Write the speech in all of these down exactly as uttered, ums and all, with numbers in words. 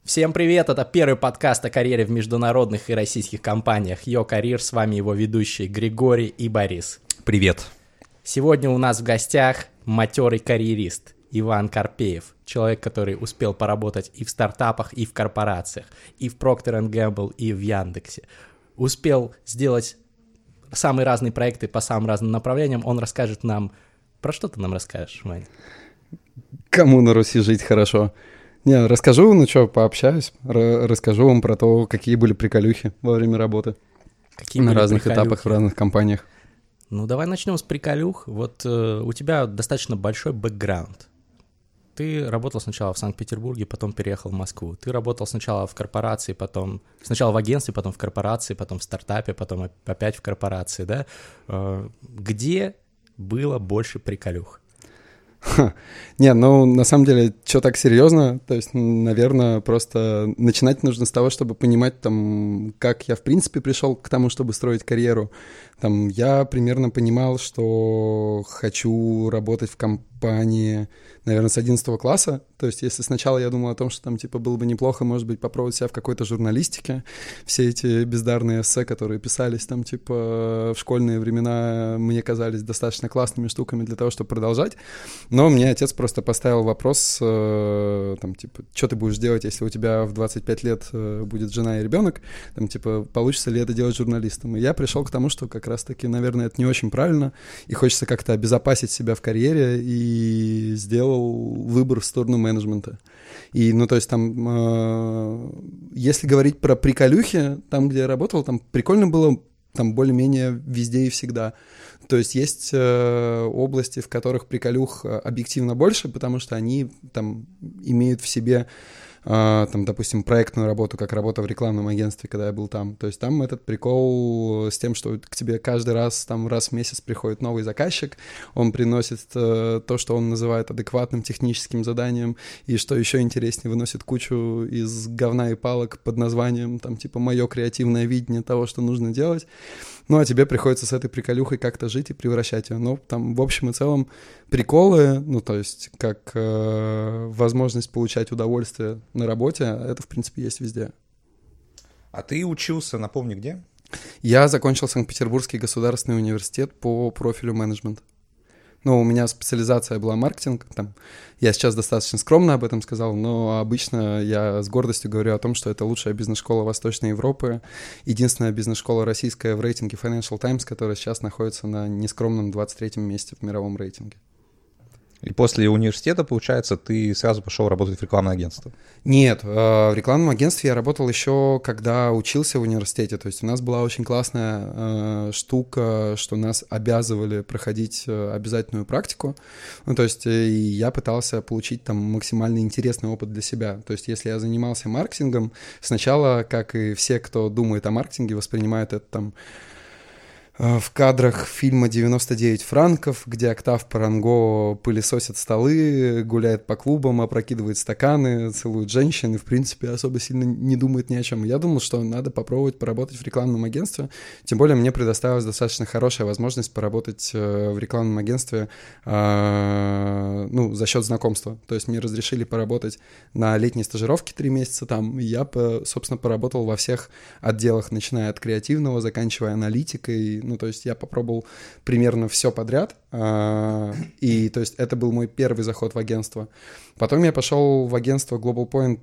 Всем привет, это первый подкаст о карьере в международных и российских компаниях Yo Career, с вами его ведущие Григорий и Борис. Привет. Сегодня у нас в гостях матерый карьерист Иван Карпеев, человек, который успел поработать и в стартапах, и в корпорациях, и в Procter энд Gamble, и в Яндексе. Успел сделать самые разные проекты по самым разным направлениям. Он расскажет нам... Про что ты нам расскажешь, Вань? Кому на Руси жить хорошо? Не, расскажу, ну что, пообщаюсь, р- расскажу вам про то, какие были приколюхи во время работы. Какие на были разных приколюхи? этапах, в разных компаниях. Ну, давай начнем с приколюх. Вот э, у тебя достаточно большой бэкграунд. Ты работал сначала в Санкт-Петербурге, потом переехал в Москву. Ты работал сначала в корпорации, потом... Сначала в агентстве, потом в корпорации, потом в стартапе, потом опять в корпорации, да? Э, где было больше приколюх? Ха. Не, ну, на самом деле, что так серьезно? То есть, наверное, просто начинать нужно с того, чтобы понимать, там, как я, в принципе, пришел к тому, чтобы строить карьеру. Там, я примерно понимал, что хочу работать в компании, наверное, с одиннадцатого класса. То есть, если сначала я думал о том, что там, типа, было бы неплохо, может быть, попробовать себя в какой-то журналистике, все эти бездарные эссе, которые писались там, типа, в школьные времена, мне казались достаточно классными штуками для того, чтобы продолжать. Но мне отец просто поставил вопрос, э, там, типа, что ты будешь делать, если у тебя в двадцать пять лет э, будет жена и ребенок, там, типа, получится ли это делать журналистом? И я пришел к тому, что как раз-таки, наверное, это не очень правильно, и хочется как-то обезопасить себя в карьере, и сделал выбор в сторону менеджмента. И, ну, то есть там, э, если говорить про приколюхи, там, где я работал, там прикольно было, там более-менее везде и всегда. То есть есть э, области, в которых приколюх объективно больше, потому что они там имеют в себе, э, там, допустим, проектную работу, как работа в рекламном агентстве, когда я был там. То есть там этот прикол с тем, что к тебе каждый раз, там, раз в месяц приходит новый заказчик, он приносит э, то, что он называет адекватным техническим заданием, и что еще интереснее, выносит кучу из говна и палок под названием, там, типа, «Мое креативное видение того, что нужно делать». Ну, а тебе приходится с этой приколюхой как-то жить и превращать ее. Ну, там, в общем и целом, приколы, ну, то есть, как э, возможность получать удовольствие на работе, это, в принципе, есть везде. А ты учился, напомни, где? Я закончил Санкт-Петербургский государственный университет по профилю менеджмент. Ну, у меня специализация была маркетинг, там, я сейчас достаточно скромно об этом сказал, но обычно я с гордостью говорю о том, что это лучшая бизнес-школа Восточной Европы, единственная бизнес-школа российская в рейтинге Financial Times, которая сейчас находится на нескромном двадцать третьем месте в мировом рейтинге. И после университета, получается, ты сразу пошел работать в рекламное агентство? Нет, в рекламном агентстве я работал еще, когда учился в университете. То есть у нас была очень классная э, штука, что нас обязывали проходить обязательную практику. Ну, то есть и я пытался получить там максимально интересный опыт для себя. То есть если я занимался маркетингом, сначала, как и все, кто думает о маркетинге, воспринимают это там в кадрах фильма «девяносто девять франков», где Октав Паранго пылесосит столы, гуляет по клубам, опрокидывает стаканы, целует женщин и, в принципе, особо сильно не думает ни о чем. Я думал, что надо попробовать поработать в рекламном агентстве. Тем более мне предоставилась достаточно хорошая возможность поработать в рекламном агентстве ну, за счет знакомства. То есть мне разрешили поработать на летней стажировке три месяца там, и я, собственно, поработал во всех отделах, начиная от креативного, заканчивая аналитикой. Ну, то есть я попробовал примерно все подряд, и, то есть, это был мой первый заход в агентство. Потом я пошел в агентство Global Point,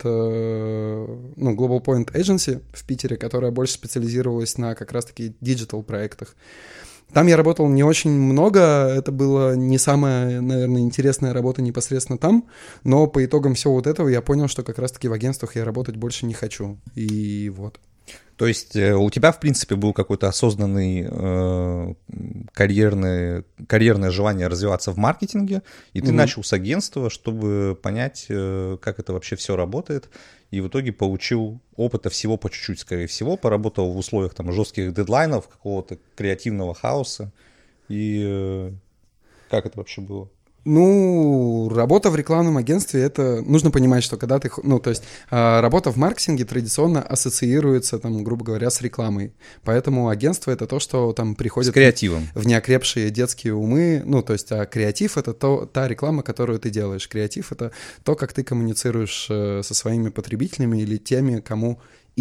ну, Global Point Agency в Питере, которая больше специализировалась на как раз-таки диджитал-проектах. Там я работал не очень много, это была не самая, наверное, интересная работа непосредственно там, но по итогам всего вот этого я понял, что как раз-таки в агентствах я работать больше не хочу, и вот. То есть у тебя, в принципе, был какой-то осознанный э, карьерный, карьерное желание развиваться в маркетинге, и ты mm-hmm. начал с агентства, чтобы понять, э, как это вообще все работает, и в итоге получил опыта всего по чуть-чуть, скорее всего, поработал в условиях там жестких дедлайнов, какого-то креативного хаоса, и э, как это вообще было? Ну, работа в рекламном агентстве, это нужно понимать, что когда ты, ну, то есть работа в маркетинге традиционно ассоциируется, там, грубо говоря, с рекламой. Поэтому агентство — это то, что там приходит... С креативом. В неокрепшие детские умы. Ну, то есть а креатив — это то, та реклама, которую ты делаешь. Креатив — это то, как ты коммуницируешь со своими потребителями или теми, кому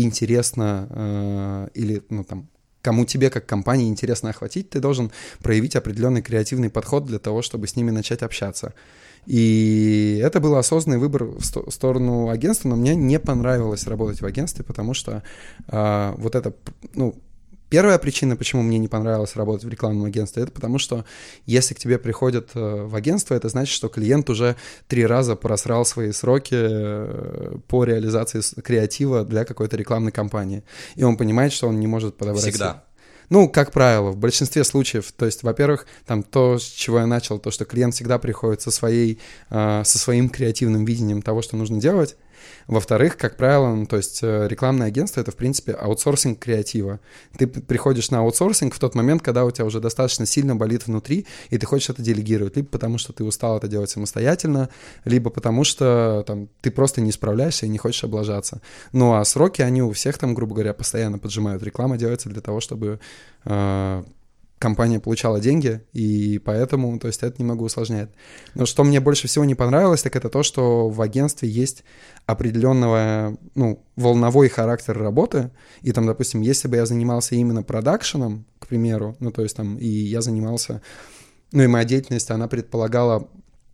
интересно, или, ну, там, кому тебе как компании интересно охватить, ты должен проявить определенный креативный подход для того, чтобы с ними начать общаться. И это был осознанный выбор в сто- сторону агентства, но мне не понравилось работать в агентстве, потому что э, вот это, ну, первая причина, почему мне не понравилось работать в рекламном агентстве, это потому что если к тебе приходят э, в агентство, это значит, что клиент уже три раза просрал свои сроки э, по реализации с- креатива для какой-то рекламной кампании. И он понимает, что он не может подобрать... Всегда. Ну, как правило, в большинстве случаев, то есть, во-первых, там то, с чего я начал, то, что клиент всегда приходит со, своей, э, со своим креативным видением того, что нужно делать. Во-вторых, как правило, ну, то есть э, рекламное агентство — это, в принципе, аутсорсинг креатива. Ты п- приходишь на аутсорсинг в тот момент, когда у тебя уже достаточно сильно болит внутри, и ты хочешь это делегировать, либо потому что ты устал это делать самостоятельно, либо потому что там, ты просто не справляешься и не хочешь облажаться. Ну, а сроки, они у всех там, грубо говоря, постоянно поджимают. Реклама делается для того, чтобы... Э, компания получала деньги, и поэтому, то есть, это немного усложняет. Но что мне больше всего не понравилось, так это то, что в агентстве есть определенного, ну, волновой характер работы, и там, допустим, если бы я занимался именно продакшеном, к примеру, ну, то есть там, и я занимался, ну, и моя деятельность, она предполагала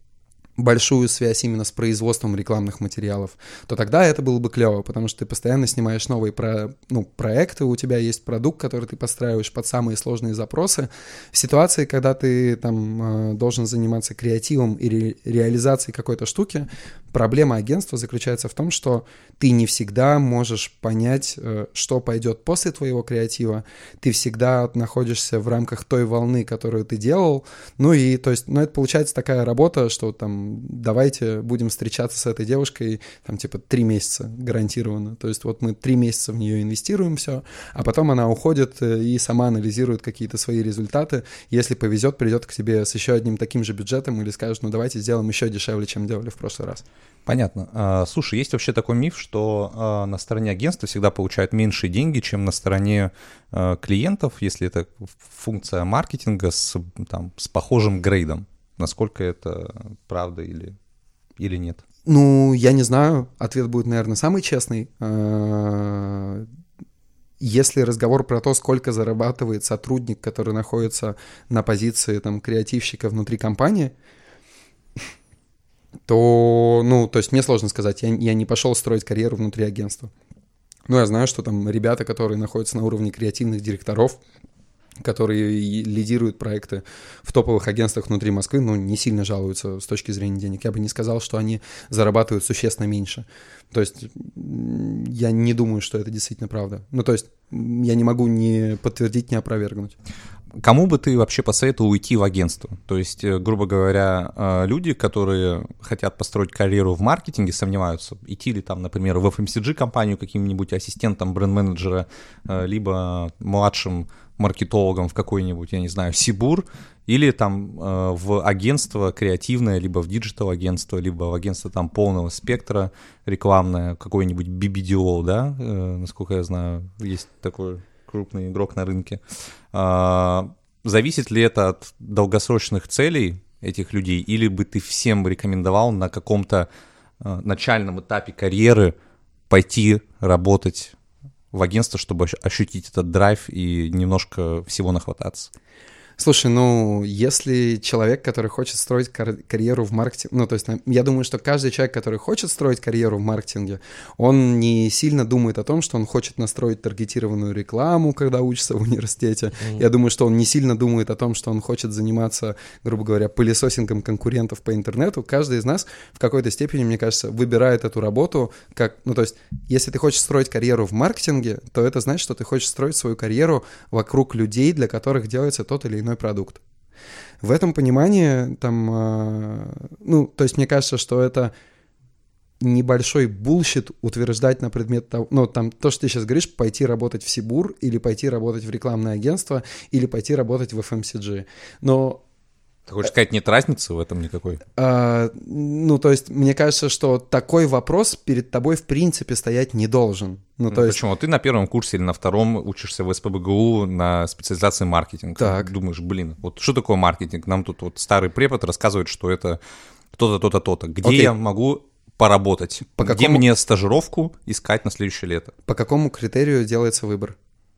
большую связь именно с производством рекламных материалов, то тогда это было бы клево, потому что ты постоянно снимаешь новые про, ну, проекты, у тебя есть продукт, который ты подстраиваешь под самые сложные запросы. В ситуации, когда ты там должен заниматься креативом и ре- реализацией какой-то штуки, проблема агентства заключается в том, что ты не всегда можешь понять, что пойдет после твоего креатива, ты всегда находишься в рамках той волны, которую ты делал, ну и, то есть, ну, это получается такая работа, что там давайте будем встречаться с этой девушкой, там, типа, три месяца гарантированно. То есть вот мы три месяца в нее инвестируем все, а потом она уходит и сама анализирует какие-то свои результаты. Если повезет, придет к тебе с еще одним таким же бюджетом или скажет, ну, давайте сделаем еще дешевле, чем делали в прошлый раз. Понятно. А, слушай, есть вообще такой миф, что а, на стороне агентства всегда получают меньшие деньги, чем на стороне а, клиентов, если это функция маркетинга с, там, с похожим грейдом. Насколько это правда или, или нет? Ну, я не знаю. Ответ будет, наверное, самый честный. Если разговор про то, сколько зарабатывает сотрудник, который находится на позиции там, креативщика внутри компании, то, ну, то есть мне сложно сказать, я, я не пошел строить карьеру внутри агентства. Ну, я знаю, что там ребята, которые находятся на уровне креативных директоров, которые лидируют проекты в топовых агентствах внутри Москвы, ну, не сильно жалуются с точки зрения денег. Я бы не сказал, что они зарабатывают существенно меньше. То есть я не думаю, что это действительно правда. Ну, то есть я не могу ни подтвердить, ни опровергнуть. Кому бы ты вообще посоветовал уйти в агентство? То есть, грубо говоря, люди, которые хотят построить карьеру в маркетинге, сомневаются, идти ли там, например, в эф эм си джи-компанию каким-нибудь ассистентом бренд-менеджера, либо младшим маркетологом в какой-нибудь, я не знаю, Сибур, или там э, в агентство креативное, либо в диджитал-агентство, либо в агентство там полного спектра рекламное, какой-нибудь би би ди о, да, э, насколько я знаю, есть такой крупный игрок на рынке. А, зависит ли это от долгосрочных целей этих людей, или бы ты всем рекомендовал на каком-то э, начальном этапе карьеры пойти работать в агентство, чтобы ощутить этот драйв и немножко всего нахвататься? Слушай, ну, если человек, который хочет строить кар- карьеру в маркетинге, ну, то есть я думаю, что каждый человек, который хочет строить карьеру в маркетинге, он не сильно думает о том, что он хочет настроить таргетированную рекламу, когда учится в университете. Mm-hmm. Я думаю, что он не сильно думает о том, что он хочет заниматься, грубо говоря, пылесосингом конкурентов по интернету. Каждый из нас в какой-то степени, мне кажется, выбирает эту работу как, ну, то есть если ты хочешь строить карьеру в маркетинге, то это значит, что ты хочешь строить свою карьеру вокруг людей, для которых делается тот или иной продукт. В этом понимании, там, э, ну, то есть мне кажется, что это небольшой булщит утверждать на предмет того, ну, там, то, что ты сейчас говоришь, пойти работать в Сибур, или пойти работать в рекламное агентство, или пойти работать в эф эм си джи. Но Ты хочешь сказать, нет разницы в этом никакой? А, ну, то есть, мне кажется, что такой вопрос перед тобой в принципе стоять не должен. Ну, то ну, есть... Почему? Ты на первом курсе или на втором учишься в СПбГУ на специализации маркетинг. Так. Думаешь, блин, вот что такое маркетинг? Нам тут вот старый препод рассказывает, что это то-то, то-то, то-то. Где Окей. я могу поработать? По Где какому... мне стажировку искать на следующее лето? По какому критерию делается выбор?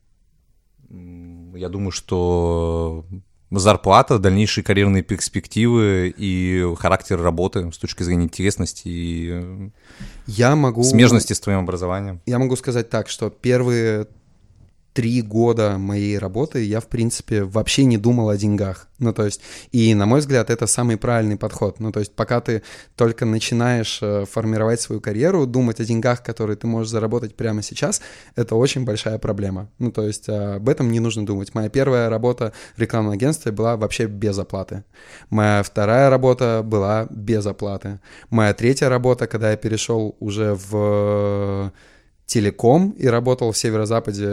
Я думаю, что... зарплата, дальнейшие карьерные перспективы и характер работы с точки зрения интересности и я могу... смежности с твоим образованием. Я могу сказать так, что первые три года моей работы я, в принципе, вообще не думал о деньгах. Ну, то есть, и, на мой взгляд, это самый правильный подход. Ну, то есть, пока ты только начинаешь э, формировать свою карьеру, думать о деньгах, которые ты можешь заработать прямо сейчас, это очень большая проблема. Ну, то есть, э, об этом не нужно думать. Моя первая работа в рекламном агентстве была вообще без оплаты. Моя вторая работа была без оплаты. Моя третья работа, когда я перешел уже в... телеком и работал в северо-западе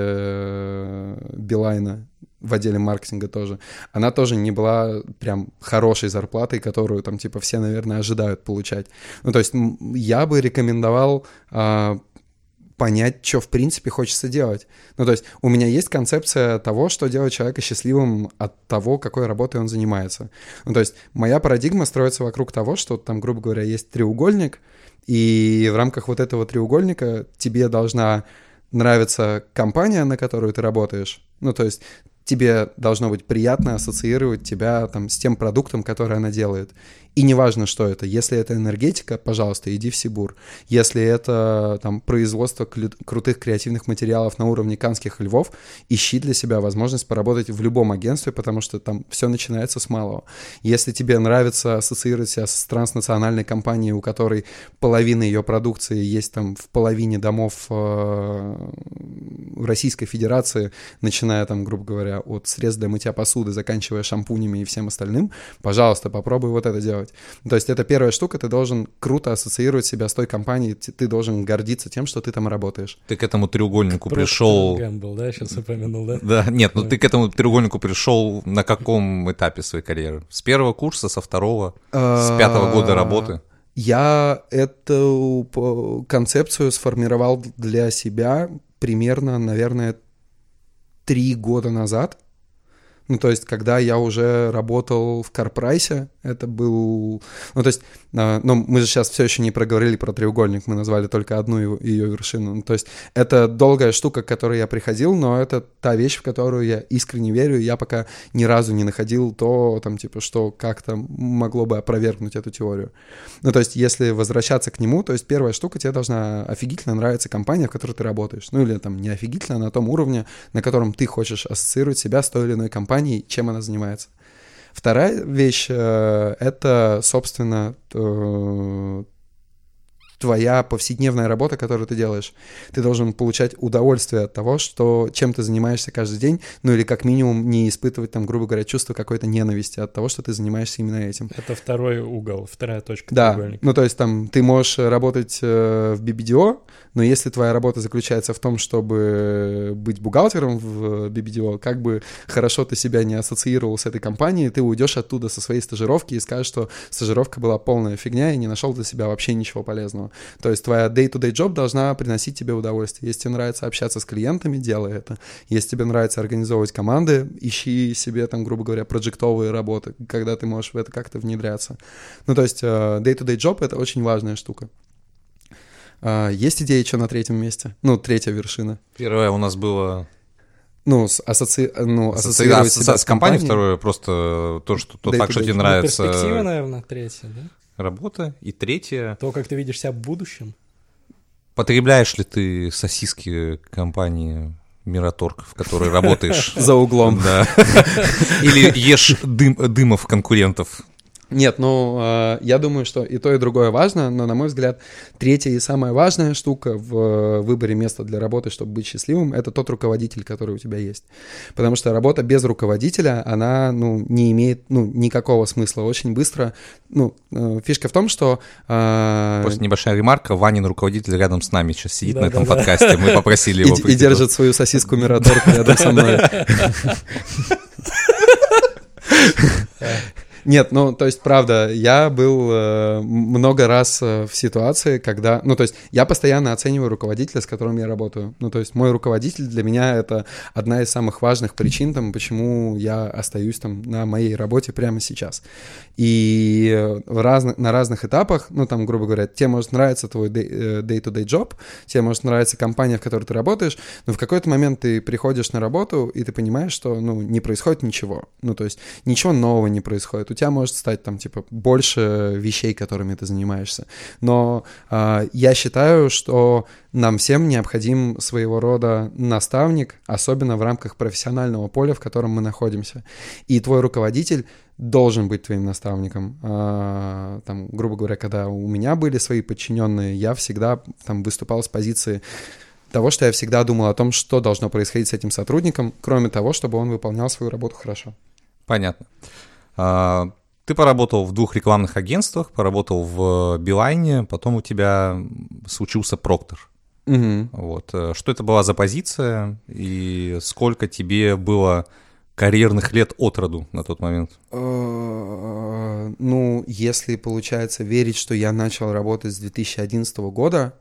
Билайна в отделе маркетинга тоже. Она тоже не была прям хорошей зарплатой, которую там типа все, наверное, ожидают получать. Ну, то есть я бы рекомендовал а, понять, что в принципе хочется делать. Ну, то есть у меня есть концепция того, что делает человека счастливым от того, какой работой он занимается. Ну, то есть моя парадигма строится вокруг того, что там, грубо говоря, есть треугольник, и в рамках вот этого треугольника тебе должна нравиться компания, на которую ты работаешь. Ну, то есть тебе должно быть приятно ассоциировать тебя там с тем продуктом, который она делает. И неважно, что это. Если это энергетика, пожалуйста, иди в Сибур. Если это там производство клю- крутых креативных материалов на уровне канских львов, ищи для себя возможность поработать в любом агентстве, потому что там все начинается с малого. Если тебе нравится ассоциировать себя с транснациональной компанией, у которой половина ее продукции есть там в половине домов э- Российской Федерации, начиная там, грубо говоря, от средств для мытья посуды, заканчивая шампунями и всем остальным, пожалуйста, попробуй вот это делать. То есть это первая штука, ты должен круто ассоциировать себя с той компанией, ты должен гордиться тем, что ты там работаешь. Ты к этому треугольнику Procter пришел... Gamble, да, сейчас упомянул, да? Да, нет, ну ты к этому треугольнику пришел на каком этапе своей карьеры? С первого курса, со второго, с пятого года работы? Я эту концепцию сформировал для себя примерно, наверное, три года назад. Ну, то есть, когда я уже работал в Карпрайсе, это был... Ну, то есть, э, ну, мы же сейчас все еще не проговорили про треугольник, мы назвали только одну его, ее вершину. Ну, то есть, это долгая штука, к которой я приходил, но это та вещь, в которую я искренне верю, и я пока ни разу не находил то, там, типа, что как-то могло бы опровергнуть эту теорию. Ну, то есть, если возвращаться к нему, то есть, первая штука, тебе должна офигительно нравиться компания, в которой ты работаешь. Ну, или там не офигительно, а на том уровне, на котором ты хочешь ассоциировать себя с той или иной компанией, чем она занимается. Вторая вещь э, — это, собственно, э, твоя повседневная работа, которую ты делаешь. Ты должен получать удовольствие от того, что, чем ты занимаешься каждый день, ну или как минимум не испытывать, там, грубо говоря, чувство какой-то ненависти от того, что ты занимаешься именно этим. Это второй угол, вторая точка Да, треугольника. ну то есть там ты можешь работать э, в би би ди о, но если твоя работа заключается в том, чтобы быть бухгалтером в би би ди о, как бы хорошо ты себя не ассоциировал с этой компанией, ты уйдешь оттуда со своей стажировки и скажешь, что стажировка была полная фигня и не нашел для себя вообще ничего полезного. То есть твоя day-to-day job должна приносить тебе удовольствие. Если тебе нравится общаться с клиентами, делай это. Если тебе нравится организовывать команды, ищи себе там, грубо говоря, проджектовые работы, когда ты можешь в это как-то внедряться. Ну, то есть day-to-day job — это очень важная штука. Есть идеи, что на третьем месте? Ну, третья вершина. Первое у нас было... Ну, ассоци... ну Ассоци... ассоциировать себя с компанией. Второе просто то, что тот факт, что тебе нравится... Ну, перспектива, наверное, третья, да? Работа. И третье... То, как ты видишь себя в будущем. Потребляешь ли ты сосиски компании Мираторг, в которой работаешь? За углом. Да. Или ешь дым, дымов конкурентов? Нет, ну, э, я думаю, что и то, и другое важно, но, на мой взгляд, третья и самая важная штука в выборе места для работы, чтобы быть счастливым, это тот руководитель, который у тебя есть. Потому что работа без руководителя, она, ну, не имеет, ну, никакого смысла. Очень быстро, ну, э, фишка в том, что... Э, Просто небольшая ремарка, Ванин руководитель рядом с нами сейчас сидит да, на этом да, подкасте, мы попросили его прийти. И держит свою сосиску Мираторг рядом со мной. Нет, ну, то есть, правда, я был э, много раз э, в ситуации, когда... Ну, то есть, я постоянно оцениваю руководителя, с которым я работаю. Ну, то есть, мой руководитель для меня — это одна из самых важных причин, там, почему я остаюсь там на моей работе прямо сейчас. И в разных, на разных этапах, ну, там, грубо говоря, тебе может нравиться твой day-to-day job, тебе может нравиться компания, в которой ты работаешь, но в какой-то момент ты приходишь на работу, и ты понимаешь, что, ну, не происходит ничего. Ну, то есть, ничего нового не происходит. У тебя может стать, там, типа, больше вещей, которыми ты занимаешься. Но э, я считаю, что нам всем необходим своего рода наставник, особенно в рамках профессионального поля, в котором мы находимся. И твой руководитель должен быть твоим наставником. А, там, грубо говоря, когда у меня были свои подчиненные, я всегда там выступал с позиции того, что я всегда думал о том, что должно происходить с этим сотрудником, кроме того, чтобы он выполнял свою работу хорошо. Понятно. А, ты поработал в двух рекламных агентствах, поработал в Билайне, потом у тебя случился Проктор. Угу. Вот. Что это была за позиция и сколько тебе было карьерных лет от роду на тот момент? Ну, если, получается, верить, что я начал работать с две тысячи одиннадцатого года,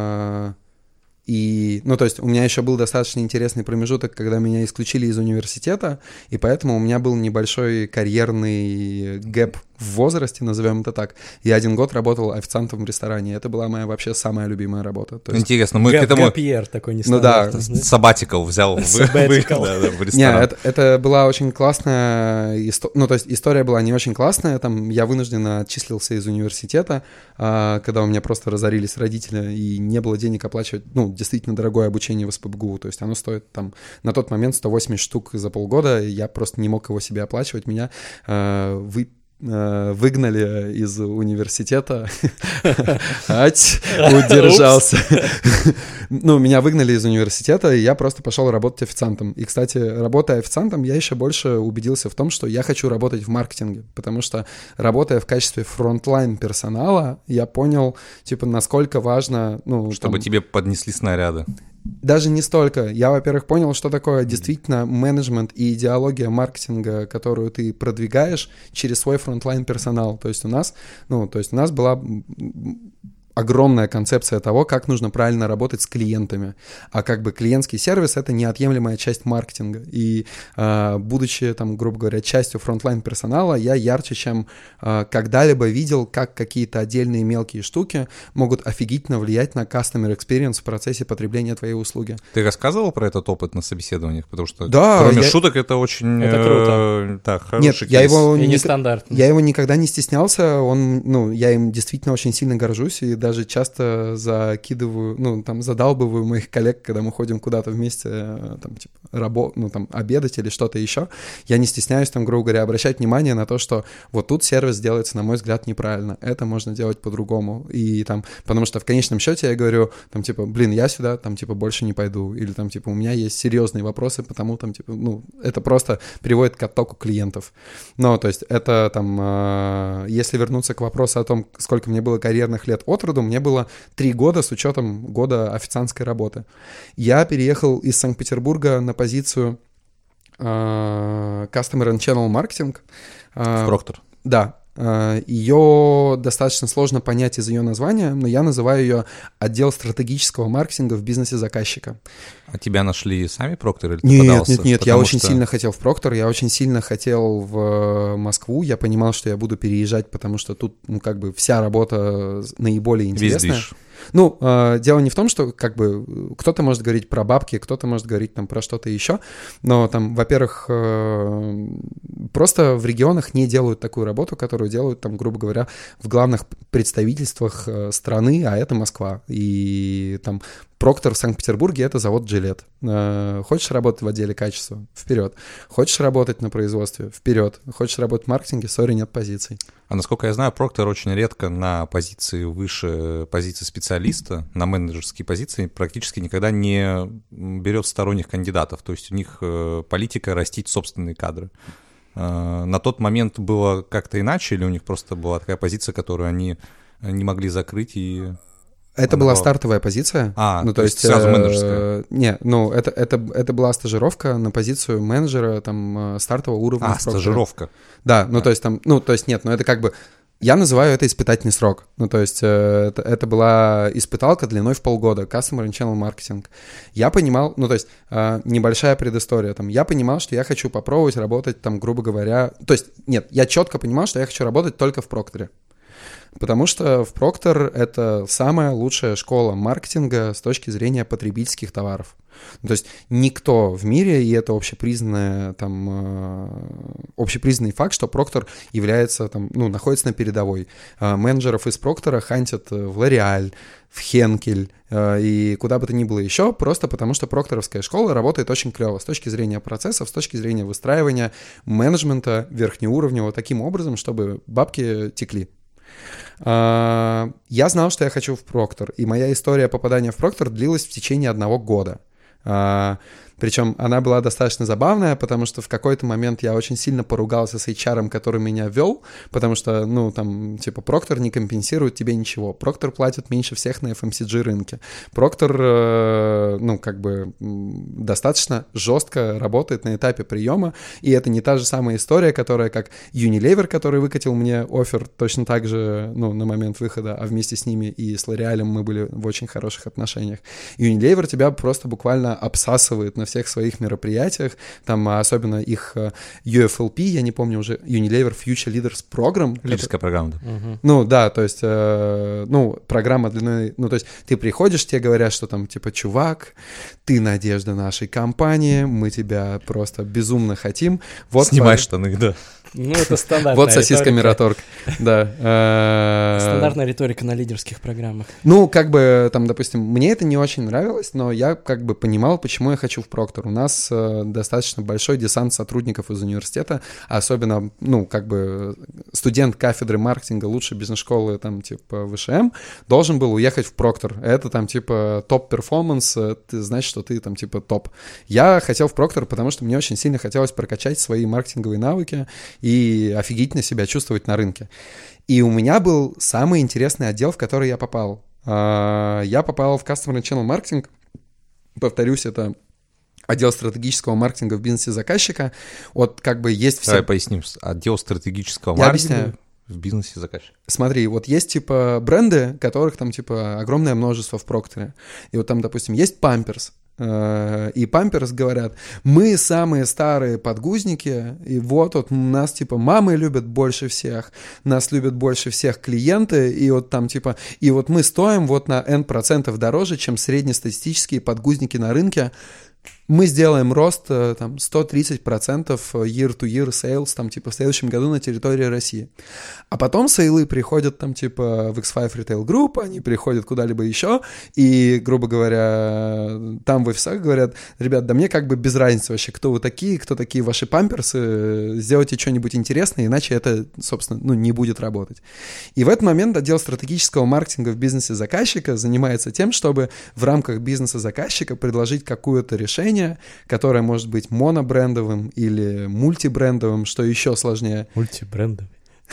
и, ну, то есть у меня еще был достаточно интересный промежуток, когда меня исключили из университета, и поэтому у меня был небольшой карьерный гэп в возрасте, назовем это так. Я один год работал официантом в ресторане, это была моя вообще самая любимая работа. То есть... Интересно, мы Гэп, к этому... Гэпьер такой нестандартный. Ну да, сабатикл взял в, Sabbatical. да, да, в ресторан. Не, это, это была очень классная история, ну, то есть история была не очень классная, там я вынужденно отчислился из университета, а, когда у меня просто разорились родители, и не было денег оплачивать, ну, действительно дорогое обучение в СПбГУ, то есть оно стоит там на тот момент сто восемьдесят штук за полгода, и я просто не мог его себе оплачивать, меня э, вы выгнали из университета, ать, удержался. Ну, меня выгнали из университета, и я просто пошел работать официантом. И, кстати, работая официантом, я еще больше убедился в том, что я хочу работать в маркетинге, потому что, работая в качестве фронтлайн персонала, я понял, типа, насколько важно... Ну, чтобы там... тебе поднесли снаряды. Даже не столько. Я, во-первых, понял, что такое действительно менеджмент и идеология маркетинга, которую ты продвигаешь через свой фронтлайн персонал. То есть у нас, ну, то есть у нас была огромная концепция того, как нужно правильно работать с клиентами. А как бы клиентский сервис — это неотъемлемая часть маркетинга. И э, будучи, там, грубо говоря, частью фронтлайн персонала, я ярче, чем э, когда-либо видел, как какие-то отдельные мелкие штуки могут офигительно влиять на customer experience в процессе потребления твоей услуги. Ты рассказывал про этот опыт на собеседованиях? Потому что, да, кроме я... шуток, это очень... Это круто. Да, хороший Нет, кейс. я его и не... нестандартный. Я его никогда не стеснялся, он, ну, я им действительно очень сильно горжусь, и даже часто закидываю, ну, там, задалбываю моих коллег, когда мы ходим куда-то вместе, там, типа, рабо... ну, там, обедать или что-то еще. Я не стесняюсь, там, грубо говоря, обращать внимание на то, что вот тут сервис делается, на мой взгляд, неправильно. Это можно делать по-другому. И там, потому что в конечном счете я говорю, там, типа, блин, я сюда, там, типа, больше не пойду. Или там, типа, у меня есть серьезные вопросы, потому, там, типа, ну, это просто приводит к оттоку клиентов. Ну, то есть это, там, э, если вернуться к вопросу о том, сколько мне было карьерных лет от роду, мне было три года с учетом года официантской работы. Я переехал из Санкт-Петербурга на позицию э, Customer and Channel Marketing. Э, в Проктор. Да. Ее достаточно сложно понять из ее названия, но я называю ее отдел стратегического маркетинга в бизнесе заказчика. А тебя нашли сами Проктор или ты нет, подался? Нет, нет, Потому я очень что... сильно хотел в Проктор, я очень сильно хотел в Москву, я понимал, что я буду переезжать, потому что тут, ну, как бы вся работа наиболее интересная. Весь движ. Ну, э, дело не в том, что, как бы, кто-то может говорить про бабки, кто-то может говорить там про что-то еще, но там, во-первых, э, просто в регионах не делают такую работу, которую делают там, грубо говоря, в главных представительствах э, страны, а это Москва. И там Проктор в Санкт-Петербурге — это завод Gillette. Э, хочешь работать в отделе качества? Вперед. Хочешь работать на производстве? Вперед. Хочешь работать в маркетинге? Сори, нет позиций. А насколько я знаю, Проктор очень редко на позиции выше позиции специалиста, на менеджерские позиции практически никогда не берет сторонних кандидатов. То есть у них политика растить собственные кадры. На тот момент было как-то иначе, или у них просто была такая позиция, которую они не могли закрыть и... Это Она была была- стартовая позиция. А, ну, то есть сразу э, менеджерская. Не, ну, это, это, это была стажировка на позицию менеджера там э, стартового уровня. А, в Procter. стажировка. Да, ну, то есть там, ну, то есть нет, ну, это как бы... Я называю это испытательный срок. Ну, то есть э, это, это была испыталка длиной в полгода, Customer and Channel Marketing. Я понимал, ну, то есть э, небольшая предыстория. Там, я понимал, что я хочу попробовать работать, там, грубо говоря... То есть, нет, я четко понимал, что я хочу работать только в Procter. Потому что в Procter это самая лучшая школа маркетинга с точки зрения потребительских товаров. То есть никто в мире, и это общепризнанный, там, э, общепризнанный факт, что Procter является, там, ну, находится на передовой. Э, менеджеров из Procter хантят в L'Oréal, в Henkel э, и куда бы то ни было еще, просто потому что прокторовская школа работает очень клево с точки зрения процессов, с точки зрения выстраивания менеджмента верхнеуровневого таким образом, чтобы бабки текли. Я знал, что я хочу в Procter, и моя история попадания в Procter длилась в течение одного года. Причем она была достаточно забавная, потому что в какой-то момент я очень сильно поругался с эйч ар, который меня вел, потому что, ну, там, типа, Procter не компенсирует тебе ничего. Procter платит меньше всех на эф эм си джи рынке. Procter, э, ну, как бы, достаточно жестко работает на этапе приема, и это не та же самая история, которая как Unilever, который выкатил мне оффер точно так же, ну, на момент выхода, а вместе с ними и с L'Oréal мы были в очень хороших отношениях. Unilever тебя просто буквально обсасывает на всех своих мероприятиях, там особенно их ю эф эл пи, я не помню уже, Unilever Future Leaders Program. Лидерская программа, да. Uh-huh. Ну, да, то есть, э, ну, программа длиной, ну, то есть ты приходишь, тебе говорят, что там, типа, чувак, ты надежда нашей компании, мы тебя просто безумно хотим. Вот Снимай твоя... штаны, да. Ну, это стандартная Вот сосиска риторика. Мираторг, да. Стандартная риторика на лидерских программах. Ну, как бы, там, допустим, мне это не очень нравилось, но я как бы понимал, почему я хочу в Procter. У нас э, достаточно большой десант сотрудников из университета, особенно, ну, как бы, студент кафедры маркетинга лучшей бизнес-школы, там, типа, вэ ша эм, должен был уехать в Procter. Это, там, типа, топ-перформанс, ты знаешь, что ты, там, типа, топ. Я хотел в Procter, потому что мне очень сильно хотелось прокачать свои маркетинговые навыки и офигительно себя чувствовать на рынке. И у меня был самый интересный отдел, в который я попал. Я попал в Customer and Channel Marketing. Повторюсь, это отдел стратегического маркетинга в бизнесе заказчика. Вот как бы есть все... Давай поясним. Отдел стратегического Я маркетинга объясняю. В бизнесе заказчика. Смотри, вот есть, типа, бренды, которых там, типа, огромное множество в Procter. И вот там, допустим, есть Pampers. И Pampers говорят, мы самые старые подгузники, и вот, вот нас, типа, мамы любят больше всех, нас любят больше всех клиенты, и вот там, типа, и вот мы стоим вот на N процентов дороже, чем среднестатистические подгузники на рынке. Мы сделаем рост там сто тридцать процентов year-to-year sales там типа в следующем году на территории России. А потом сейлы приходят там типа в икс пять Retail Group, они приходят куда-либо еще, и, грубо говоря, там в офисах говорят, ребят, да мне как бы без разницы вообще, кто вы такие, кто такие ваши памперсы, сделайте что-нибудь интересное, иначе это, собственно, ну, не будет работать. И в этот момент отдел стратегического маркетинга в бизнесе заказчика занимается тем, чтобы в рамках бизнеса заказчика предложить какое-то решение, которое может быть монобрендовым или мультибрендовым, что еще сложнее. Мультибрендовый.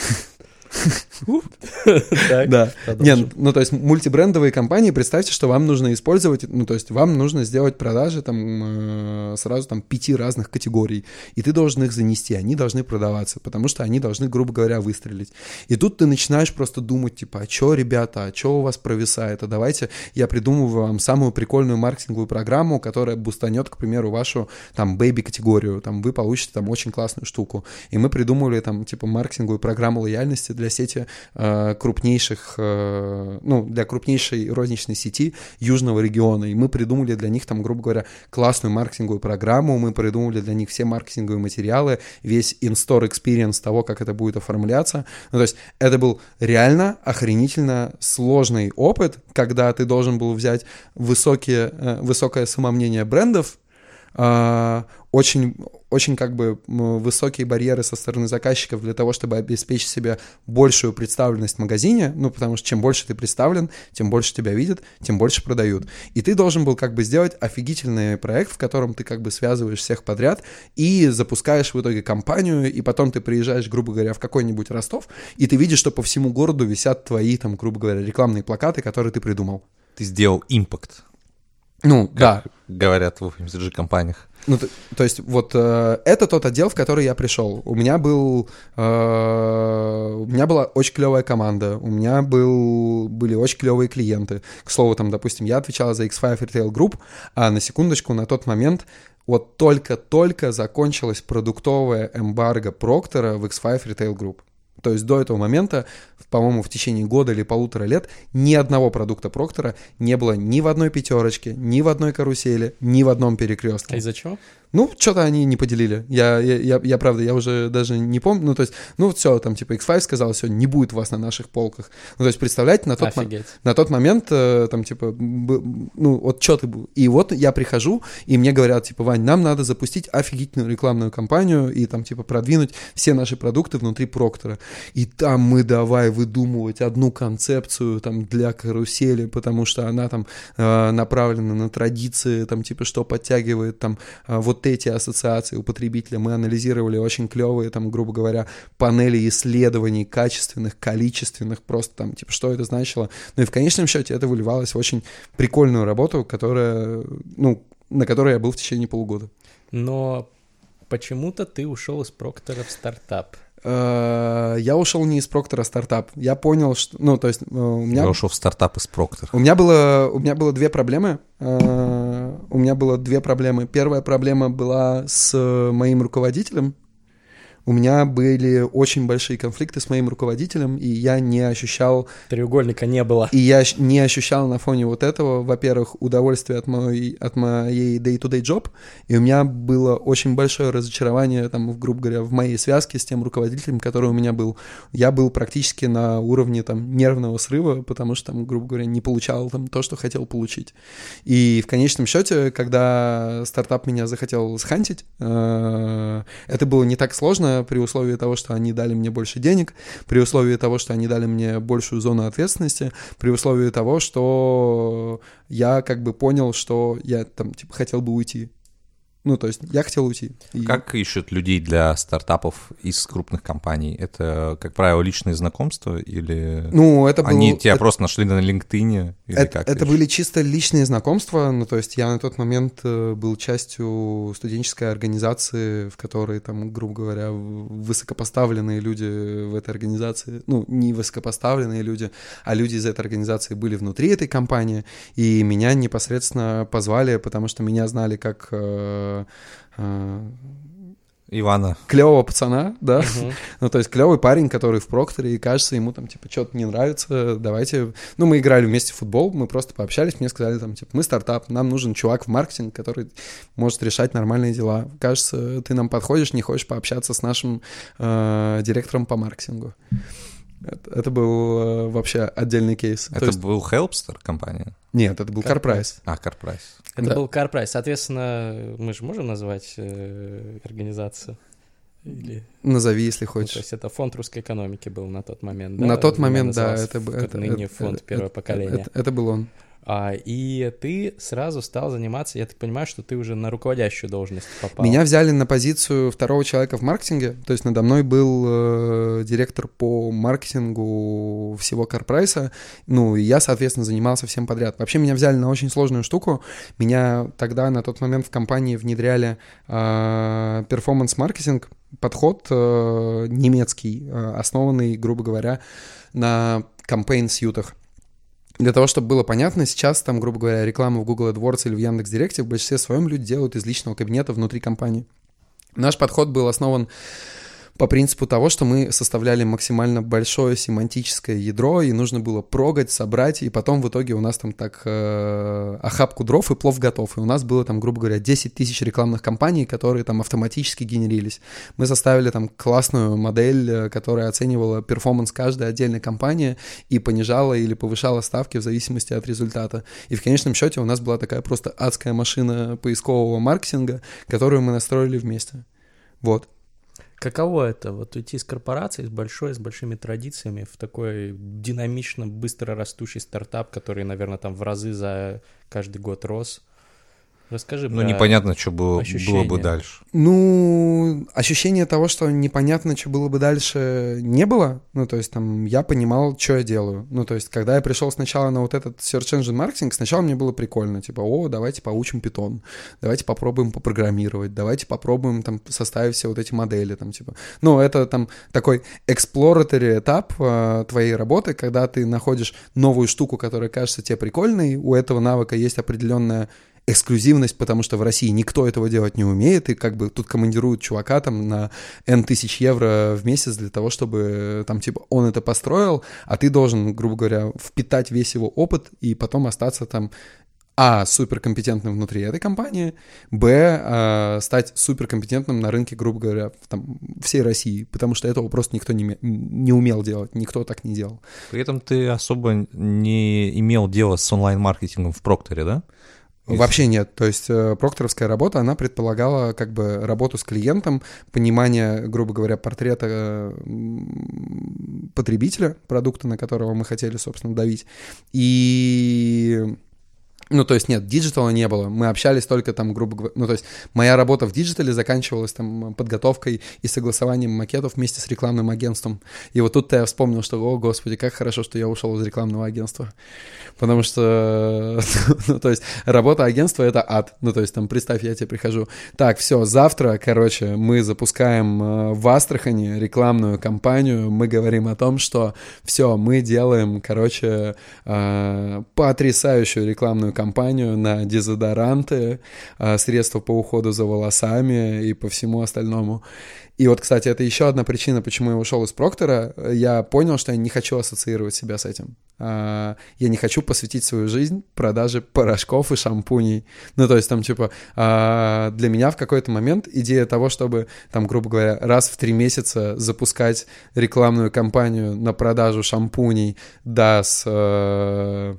Да. Нет, ну то есть мультибрендовые компании, представьте, что вам нужно использовать, ну то есть вам нужно сделать продажи там сразу там пяти разных категорий, и ты должен их занести, они должны продаваться, потому что они должны, грубо говоря, выстрелить. И тут ты начинаешь просто думать, типа, а что, ребята, а что у вас провисает, а давайте я придумываю вам самую прикольную маркетинговую программу, которая бустанет, к примеру, вашу там бэйби-категорию, там вы получите там очень классную штуку. И мы придумали там типа маркетинговую программу лояльности для сети э, крупнейших, э, ну, для крупнейшей розничной сети южного региона. И мы придумали для них там, грубо говоря, классную маркетинговую программу, мы придумали для них все маркетинговые материалы, весь in-store experience того, как это будет оформляться. Ну, то есть это был реально охренительно сложный опыт, когда ты должен был взять высокие, э, высокое самомнение брендов, очень, очень как бы высокие барьеры со стороны заказчиков для того, чтобы обеспечить себе большую представленность в магазине, ну, потому что чем больше ты представлен, тем больше тебя видят, тем больше продают. И ты должен был как бы сделать офигительный проект, в котором ты как бы связываешь всех подряд и запускаешь в итоге компанию, и потом ты приезжаешь, грубо говоря, в какой-нибудь Ростов, и ты видишь, что по всему городу висят твои, там, грубо говоря, рекламные плакаты, которые ты придумал. Ты сделал импакт. Ну, да. Говорят в эф эм си джи-компаниях. Ну, то, то есть вот э, это тот отдел, в который я пришел. У меня был, э, у меня была очень клевая команда, у меня был, были очень клевые клиенты. К слову, там, допустим, я отвечал за икс пять Retail Group, а на секундочку, на тот момент вот только-только закончилась продуктовая эмбарго Проктора в икс пять Retail Group. То есть до этого момента, по-моему, в течение года или полутора лет ни одного продукта Проктора не было ни в одной пятерочке, ни в одной карусели, ни в одном перекрестке. А из-за чего? Ну, что-то они не поделили. Я, я, я, я, правда, я уже даже не помню. Ну, то есть, ну, все, там, типа, икс пять сказал, все, не будет вас на наших полках. Ну, то есть, представляете, на тот, мо- на тот момент, э, там, типа, б- ну, вот что ты был. И вот я прихожу, и мне говорят, типа, Вань, нам надо запустить офигительную рекламную кампанию и, там, типа, продвинуть все наши продукты внутри Проктора. И там мы давай выдумывать одну концепцию, там, для карусели, потому что она, там, э, направлена на традиции, там, типа, что подтягивает, там, э, вот эти ассоциации у потребителя. Мы анализировали очень клевые, там, грубо говоря, панели исследований качественных, количественных, просто там, типа, что это значило. Ну и в конечном счете это выливалось в очень прикольную работу, которая, ну, на которой я был в течение полугода. Но почему-то ты ушел из Проктора в стартап. Я ушел не из Проктора, а стартап. Я понял, что... Ну, то есть у меня... Я ушел в стартап из Проктора. У меня было, у меня было две проблемы. У меня было две проблемы. Первая проблема была с моим руководителем. У меня были очень большие конфликты с моим руководителем, и я не ощущал... Треугольника не было. И я не ощущал на фоне вот этого, во-первых, удовольствия от моей, от моей day-to-day job, и у меня было очень большое разочарование, там, грубо говоря, в моей связке с тем руководителем, который у меня был. Я был практически на уровне, там, нервного срыва, потому что, там, грубо говоря, не получал, там, то, что хотел получить. И в конечном счете, когда стартап меня захотел схантить, э- это было не так сложно, при условии того, что они дали мне больше денег, при условии того, что они дали мне большую зону ответственности, при условии того, что я как бы понял, что я там типа хотел бы уйти. Ну, то есть я хотел уйти. И... Как ищут людей для стартапов из крупных компаний? Это, как правило, личные знакомства или ну, это они был... тебя это... просто нашли на LinkedIn? Или это как это были чисто личные знакомства. Ну, то есть я на тот момент был частью студенческой организации, в которой, там, грубо говоря, высокопоставленные люди в этой организации, ну, не высокопоставленные люди, а люди из этой организации были внутри этой компании, и меня непосредственно позвали, потому что меня знали как... Ивана. Клевого пацана, да. Uh-huh. Ну, то есть клевый парень, который в Прокторе, и кажется, ему там, типа, что-то не нравится, давайте... Ну, мы играли вместе в футбол, мы просто пообщались, мне сказали, там, типа, мы стартап, нам нужен чувак в маркетинг, который может решать нормальные дела. Кажется, ты нам подходишь, не хочешь пообщаться с нашим э, директором по маркетингу. Это, это был э, вообще отдельный кейс. Это есть... был Helpster компания? Нет, это был CarPrice. А, CarPrice. Это да. был CarPrice. Соответственно, мы же можем назвать э, организацию? Или... Назови, если Ну, хочешь. то есть это фонд русской экономики был на тот момент, да? На тот момент, Меня да. Это, в, это, ныне это, фонд это, первого это, поколения. Это, это был он. А, и ты сразу стал заниматься, я так понимаю, что ты уже на руководящую должность попал. Меня взяли на позицию второго человека в маркетинге, то есть надо мной был э, директор по маркетингу всего CarPrice, ну, и я, соответственно, занимался всем подряд. Вообще меня взяли на очень сложную штуку, меня тогда на тот момент в компании внедряли э, перформанс-маркетинг, подход э, немецкий, э, основанный, грубо говоря, на кампейн-сьютах. Для того, чтобы было понятно, сейчас там, грубо говоря, рекламу в Google AdWords или в Яндекс.Директе в большинстве своем люди делают из личного кабинета внутри компании. Наш подход был основан по принципу того, что мы составляли максимально большое семантическое ядро, и нужно было прогать, собрать, и потом в итоге у нас там так э, охапку дров и плов готов. И у нас было там, грубо говоря, десять тысяч рекламных кампаний, которые там автоматически генерились. Мы составили там классную модель, которая оценивала перформанс каждой отдельной кампании и понижала или повышала ставки в зависимости от результата. И в конечном счете у нас была такая просто адская машина поискового маркетинга, которую мы настроили вместе. Вот. Каково это, вот уйти из корпорации, с большой, с большими традициями, в такой динамично, быстро растущий стартап, который, наверное, там в разы за каждый год рос? Расскажи Ну, про непонятно, что было, было бы дальше. Ну, ощущение того, что непонятно, что было бы дальше, не было. Ну, то есть, там, я понимал, что я делаю. Ну, то есть, когда я пришел сначала на вот этот Search Engine Marketing, сначала мне было прикольно. Типа, о, давайте поучим Python, давайте попробуем попрограммировать, давайте попробуем, там, составить все вот эти модели, там, типа. Ну, это, там, такой exploratory этап э, твоей работы, когда ты находишь новую штуку, которая кажется тебе прикольной, у этого навыка есть определенная эксклюзивность, потому что в России никто этого делать не умеет, и как бы тут командируют чувака там на N тысяч евро в месяц для того, чтобы там типа он это построил, а ты должен, грубо говоря, впитать весь его опыт и потом остаться там а, суперкомпетентным внутри этой компании, б, э, стать суперкомпетентным на рынке, грубо говоря, там, всей России, потому что этого просто никто не, не умел делать, никто так не делал. При этом ты особо не имел дела с онлайн-маркетингом в Прокторе, да? Вообще нет, то есть э, прокторовская работа, она предполагала как бы работу с клиентом, понимание, грубо говоря, портрета э, потребителя, продукта, на которого мы хотели, собственно, давить, и... Ну, то есть, нет, диджитала не было, мы общались только там, грубо говоря, ну, то есть, моя работа в диджитале заканчивалась там подготовкой и согласованием макетов вместе с рекламным агентством, и вот тут-то я вспомнил, что, о, господи, как хорошо, что я ушел из рекламного агентства, потому что, ну, то есть, работа агентства — это ад, ну, то есть, там, представь, я тебе прихожу, так, все, завтра, короче, мы запускаем в Астрахани рекламную кампанию, мы говорим о том, что все, мы делаем, короче, потрясающую рекламную компанию на дезодоранты, средства по уходу за волосами и по всему остальному. И вот, кстати, это еще одна причина, почему я ушел из Проктора. Я понял, что я не хочу ассоциировать себя с этим. Я не хочу посвятить свою жизнь продаже порошков и шампуней. Ну, то есть там, типа, для меня в какой-то момент идея того, чтобы, там, грубо говоря, раз в три месяца запускать рекламную кампанию на продажу шампуней, да, с...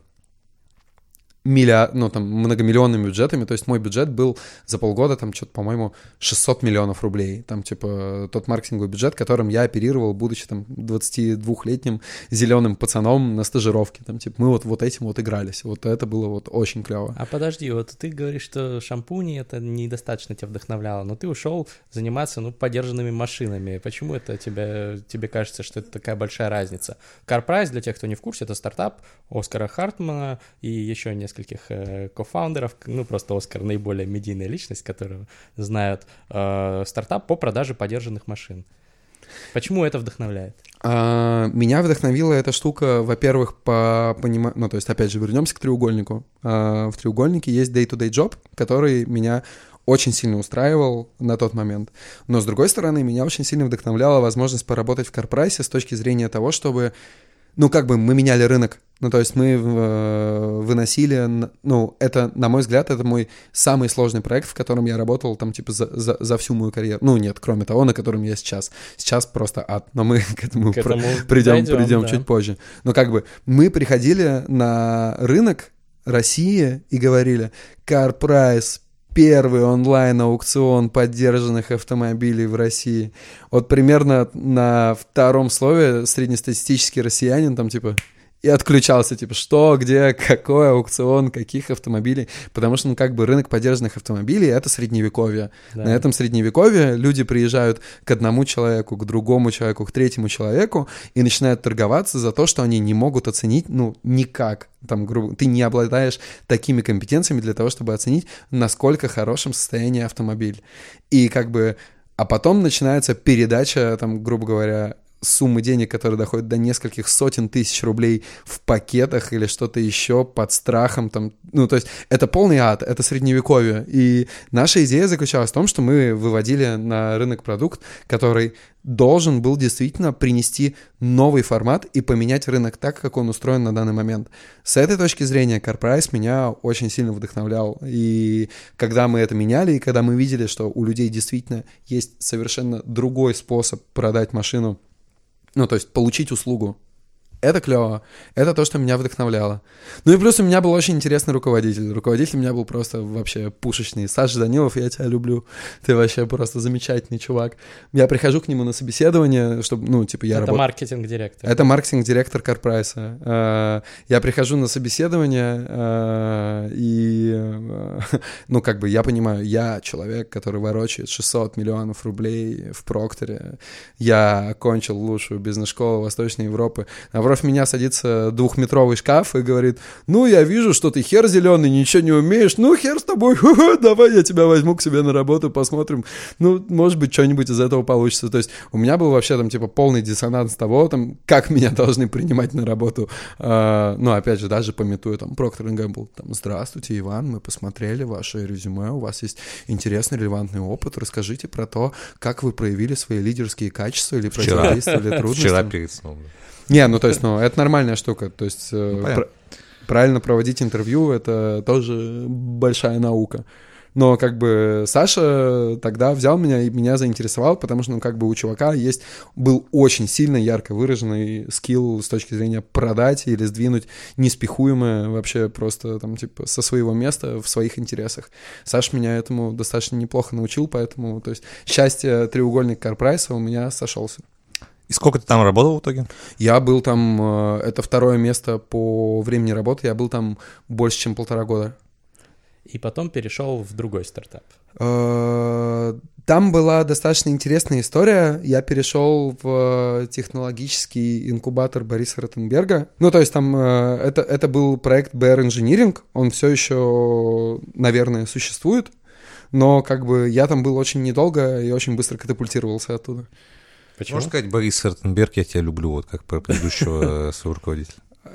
Миллиард, ну, там, многомиллионными бюджетами, то есть мой бюджет был за полгода, там, что-то, по-моему, шестьсот миллионов рублей, там, типа, тот маркетинговый бюджет, которым я оперировал, будучи, там, двадцатидвухлетним зеленым пацаном на стажировке, там, типа, мы вот, вот этим вот игрались, вот это было вот очень клево. А подожди, вот ты говоришь, что шампуни это недостаточно тебя вдохновляло, но ты ушел заниматься, ну, подержанными машинами, почему это тебе, тебе кажется, что это такая большая разница? CarPrice, для тех, кто не в курсе, это стартап Оскара Хартмана и еще несколько нескольких э, кофаундеров, ну, просто Оскар наиболее медийная личность, которую знают, э, стартап по продаже подержанных машин. Почему это вдохновляет? А, меня вдохновила эта штука, во-первых, по пониманию, ну, то есть, опять же, вернемся к треугольнику. А, в треугольнике есть day-to-day job, который меня очень сильно устраивал на тот момент. Но, с другой стороны, меня очень сильно вдохновляла возможность поработать в CarPrice с точки зрения того, чтобы, ну, как бы мы меняли рынок. Ну, то есть мы э, выносили, ну, это, на мой взгляд, это мой самый сложный проект, в котором я работал, там, типа, за, за, за всю мою карьеру. Ну, нет, кроме того, на котором я сейчас. Сейчас просто ад, но мы к этому, к этому про- придем, дойдем, придем да. чуть позже. Но как бы мы приходили на рынок России и говорили, CarPrice, первый онлайн-аукцион подержанных автомобилей в России. Вот примерно на втором слове среднестатистический россиянин там, типа... И отключался, типа, что, где, какой аукцион, каких автомобилей. Потому что, ну, как бы рынок подержанных автомобилей — это средневековье. Да. На этом средневековье люди приезжают к одному человеку, к другому человеку, к третьему человеку и начинают торговаться за то, что они не могут оценить, ну, никак. Там, грубо, ты не обладаешь такими компетенциями для того, чтобы оценить, насколько хорошем состоянии автомобиль. И как бы... А потом начинается передача, там, грубо говоря, суммы денег, которые доходят до нескольких сотен тысяч рублей в пакетах или что-то еще под страхом. Там, ну, то есть это полный ад, это средневековье. И наша идея заключалась в том, что мы выводили на рынок продукт, который должен был действительно принести новый формат и поменять рынок так, как он устроен на данный момент. С этой точки зрения CarPrice меня очень сильно вдохновлял. И когда мы это меняли, и когда мы видели, что у людей действительно есть совершенно другой способ продать машину, ну, то есть получить услугу, это клево. Это то, что меня вдохновляло. Ну и плюс у меня был очень интересный руководитель. Руководитель у меня был просто вообще пушечный. Саша Данилов, я тебя люблю. Ты вообще просто замечательный чувак. Я прихожу к нему на собеседование, чтобы, ну, типа, я Это работаю... маркетинг-директор. Это маркетинг-директор CarPrice. Я прихожу на собеседование, и, ну, как бы, я понимаю, я человек, который ворочает шестьсот миллионов рублей в Прокторе. Я окончил лучшую бизнес-школу Восточной Европы. Напротив меня садится двухметровый шкаф и говорит: ну, я вижу, что ты хер зеленый, ничего не умеешь, ну, хер с тобой, давай я тебя возьму к себе на работу, посмотрим, ну, может быть, что-нибудь из этого получится. То есть у меня был вообще там, типа, полный диссонанс того, там, как меня должны принимать на работу. А, ну, опять же, даже памятуя, там, Procter энд Gamble, там, здравствуйте, Иван, мы посмотрели ваше резюме, у вас есть интересный, релевантный опыт, расскажите про то, как вы проявили свои лидерские качества или противодействовали трудностям. Вчера перед сном. Не, ну то есть, ну, это нормальная штука. То есть ну, пр- правильно проводить интервью — это тоже большая наука. Но как бы Саша тогда взял меня и меня заинтересовал, потому что, ну, как бы у чувака есть, был очень сильно ярко выраженный скилл с точки зрения продать или сдвинуть неспихуемое вообще просто там типа со своего места в своих интересах. Саша меня этому достаточно неплохо научил, поэтому, то есть, счастье треугольник CarPrice у меня сошелся. И сколько ты там работал в итоге? Я был там, это второе место по времени работы, я был там больше, чем полтора года. И потом перешел в другой стартап. Там была достаточно интересная история. Я перешел в технологический инкубатор Бориса Ротенберга. Ну, то есть там это, это был проект би ар Engineering, он все еще, наверное, существует, но как бы я там был очень недолго и очень быстро катапультировался оттуда. Почему? Можно сказать, Борис Ротенберг, я тебя люблю, вот как предыдущего своего руководителя.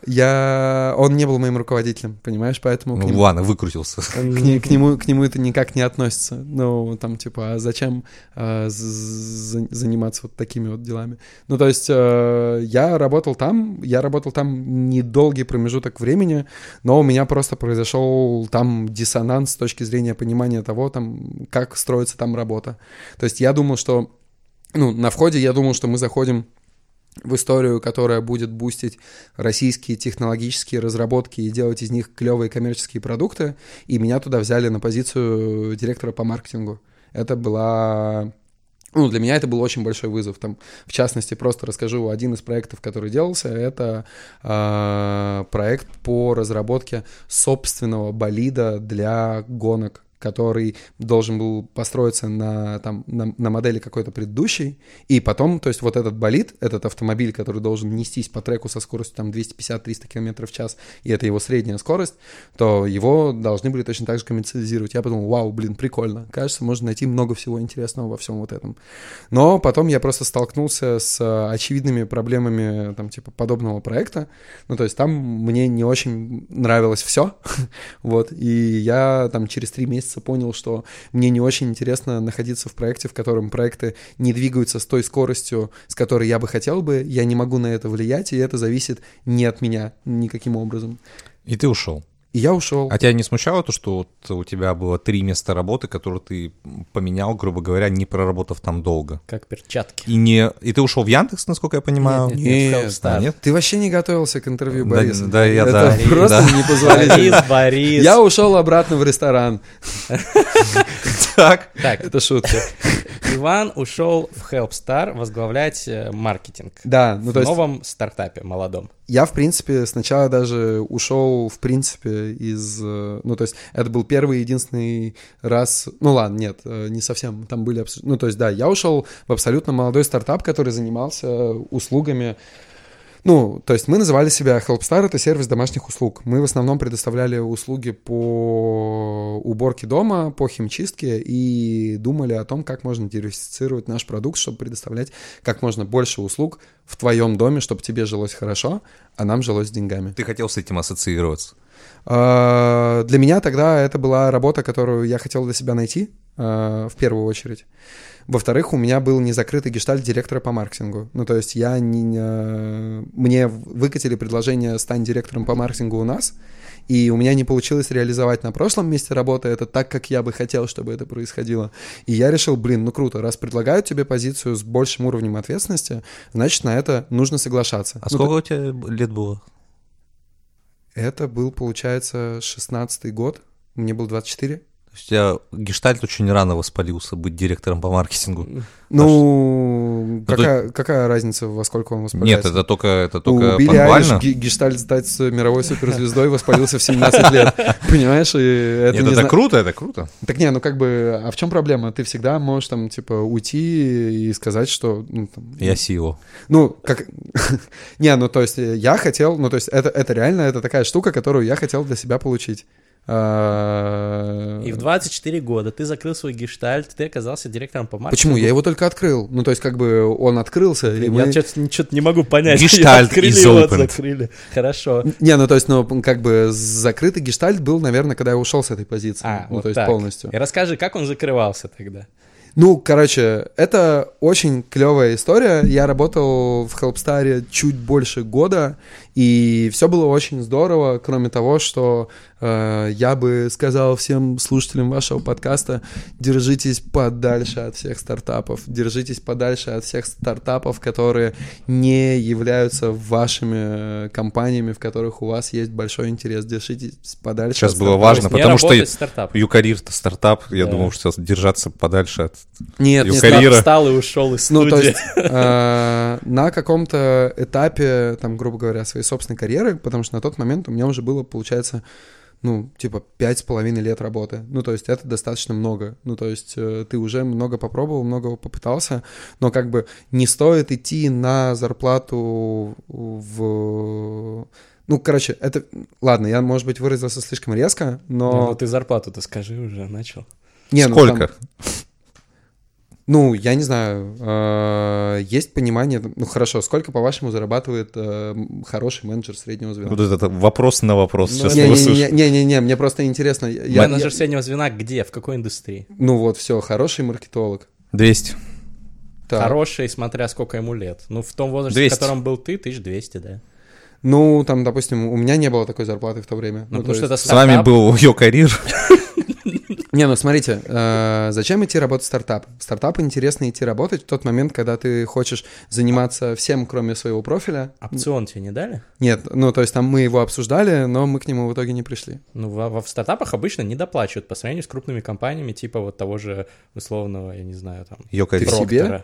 Я... Он не был моим руководителем, понимаешь, поэтому... Ну, нему... ладно, выкрутился. К, не, к, нему, к нему это никак не относится. Ну, там, типа, а зачем а, з- заниматься вот такими вот делами? Ну, то есть, а, я работал там, я работал там недолгий промежуток времени, но у меня просто произошел там диссонанс с точки зрения понимания того, там, как строится там работа. То есть, я думал, что... Ну, на входе я думал, что мы заходим в историю, которая будет бустить российские технологические разработки и делать из них клевые коммерческие продукты, и меня туда взяли на позицию директора по маркетингу. Это была... Ну, для меня это был очень большой вызов. Там, в частности, просто расскажу, один из проектов, который делался, это э, проект по разработке собственного болида для гонок, который должен был построиться на, там, на, на модели какой-то предыдущей, и потом, то есть вот этот болид, этот автомобиль, который должен нестись по треку со скоростью там двести пятьдесят - триста километров в час, и это его средняя скорость, то его должны были точно так же коммерциализировать. Я подумал, вау, блин, прикольно, кажется, можно найти много всего интересного во всем вот этом. Но потом я просто столкнулся с очевидными проблемами там типа подобного проекта, ну то есть там мне не очень нравилось все, вот, и я там через три месяца понял, что мне не очень интересно находиться в проекте, в котором проекты не двигаются с той скоростью, с которой я бы хотел бы, я не могу на это влиять, и это зависит не от меня никаким образом. И ты ушел? И я ушел. А тебя не смущало то, что вот у тебя было три места работы, которые ты поменял, грубо говоря, не проработав там долго? Как перчатки. И, не... и ты ушел в Яндекс, насколько я понимаю? Нет, нет, нет, нет, а, нет. Ты вообще не готовился к интервью Бориса. Да, да я это да. просто да. непозволительно. Борис, Борис. Я ушел обратно в ресторан. Так. Так, Это шутка. Иван ушел в Helpstar возглавлять э, маркетинг. Да, ну в то есть новом стартапе молодом. я, в принципе, сначала даже ушел, в принципе, из... Ну, то есть это был первый и единственный раз... Ну, ладно, нет, не совсем. Там были... Ну, то есть, да, я ушел в абсолютно молодой стартап, который занимался услугами... Ну, то есть мы называли себя Helpstar, это сервис домашних услуг. Мы в основном предоставляли услуги по уборке дома, по химчистке и думали о том, как можно диверсифицировать наш продукт, чтобы предоставлять как можно больше услуг в твоем доме, чтобы тебе жилось хорошо, а нам жилось с деньгами. Ты хотел с этим ассоциироваться? Для меня тогда это была работа, которую я хотел для себя найти в первую очередь. Во-вторых, у меня был незакрытый гештальт директора по маркетингу. Ну, то есть я не... Мне выкатили предложение стать директором по маркетингу у нас, и у меня не получилось реализовать на прошлом месте работы это так, как я бы хотел, чтобы это происходило. И я решил, блин, ну круто, раз предлагают тебе позицию с большим уровнем ответственности, значит, на это нужно соглашаться. А ну, сколько то... у тебя лет было? Это был, получается, шестнадцатый год, мне было двадцать четыре. То есть у тебя гештальт очень рано воспалился быть директором по маркетингу. Ну, Потому... какая, ну то... какая разница, во сколько он воспаляется? Нет, это только, это только У Билли панвально. Айлиш гештальт стать мировой суперзвездой воспалился в семнадцать лет. Понимаешь? И это Нет, не это зна... круто, это круто. Так не, ну как бы, а в чем проблема? Ты всегда можешь там, типа, уйти и сказать, что... Ну, там, я си и о. Ну, как... Не, ну то есть я хотел, ну то есть это, это реально, это такая штука, которую я хотел для себя получить. И в двадцать четыре года ты закрыл свой гештальт, ты оказался директором по маркетингу. Почему? Я его только открыл. Ну, то есть, как бы он открылся. Блин, и я мы... что-то, что-то не могу понять. Гештальт Открыли is его, opened. закрыли. Хорошо. Не, ну то есть, ну, как бы закрытый гештальт был, наверное, когда я ушел с этой позиции. А, ну, вот то есть так. полностью. И расскажи, как он закрывался тогда? Ну, короче, это очень клевая история. Я работал в Helpstar чуть больше года, и все было очень здорово, кроме того, что э, я бы сказал всем слушателям вашего подкаста: держитесь подальше от всех стартапов, держитесь подальше от всех стартапов, которые не являются вашими компаниями, в которых у вас есть большой интерес. Держитесь подальше. Сейчас от было стартапов. важно, потому что стартап. Юкарир — это стартап. Я Да. думал, что держаться подальше от Нет, нет, Юкарира. Встал и ушел из студии. Ну, то есть э, на каком-то этапе, там, грубо говоря, своей собственной карьеры, потому что на тот момент у меня уже было, получается, ну, типа, пять с половиной лет работы. Ну, то есть это достаточно много. Ну, то есть э, ты уже много попробовал, многого попытался, но как бы не стоит идти на зарплату в... Ну, короче, это... Ладно, я, может быть, выразился слишком резко, но... Ну, ты зарплату-то скажи уже, начал. Не, ну, Сколько? там- Ну, я не знаю, э, есть понимание, ну хорошо, сколько, по-вашему, зарабатывает э, хороший менеджер среднего звена? Вот это вопрос на вопрос. Ну, Сейчас не- мы не- услышим. Не-не-не, мне просто интересно. Я, Менеджер я- среднего звена где? В какой индустрии? ну вот, все, хороший маркетолог. двести. Так. Хороший, смотря сколько ему лет. Ну, в том возрасте, двести. в котором был ты, тысяча двести, да. Ну, там, допустим, у меня не было такой зарплаты в то время. Ну, Ну, потому то что это есть- С вами стартап. был Юкарир. Не, ну смотрите, э, зачем идти работать в стартап? В стартап интересно идти работать в тот момент, когда ты хочешь заниматься всем, кроме своего профиля. Опцион тебе не дали? Нет, ну то есть там мы его обсуждали, но мы к нему в итоге не пришли. Ну, во, во- в стартапах обычно не доплачивают по сравнению с крупными компаниями, типа вот того же условного, я не знаю, там, Юкарир. Ты себе? Проктора.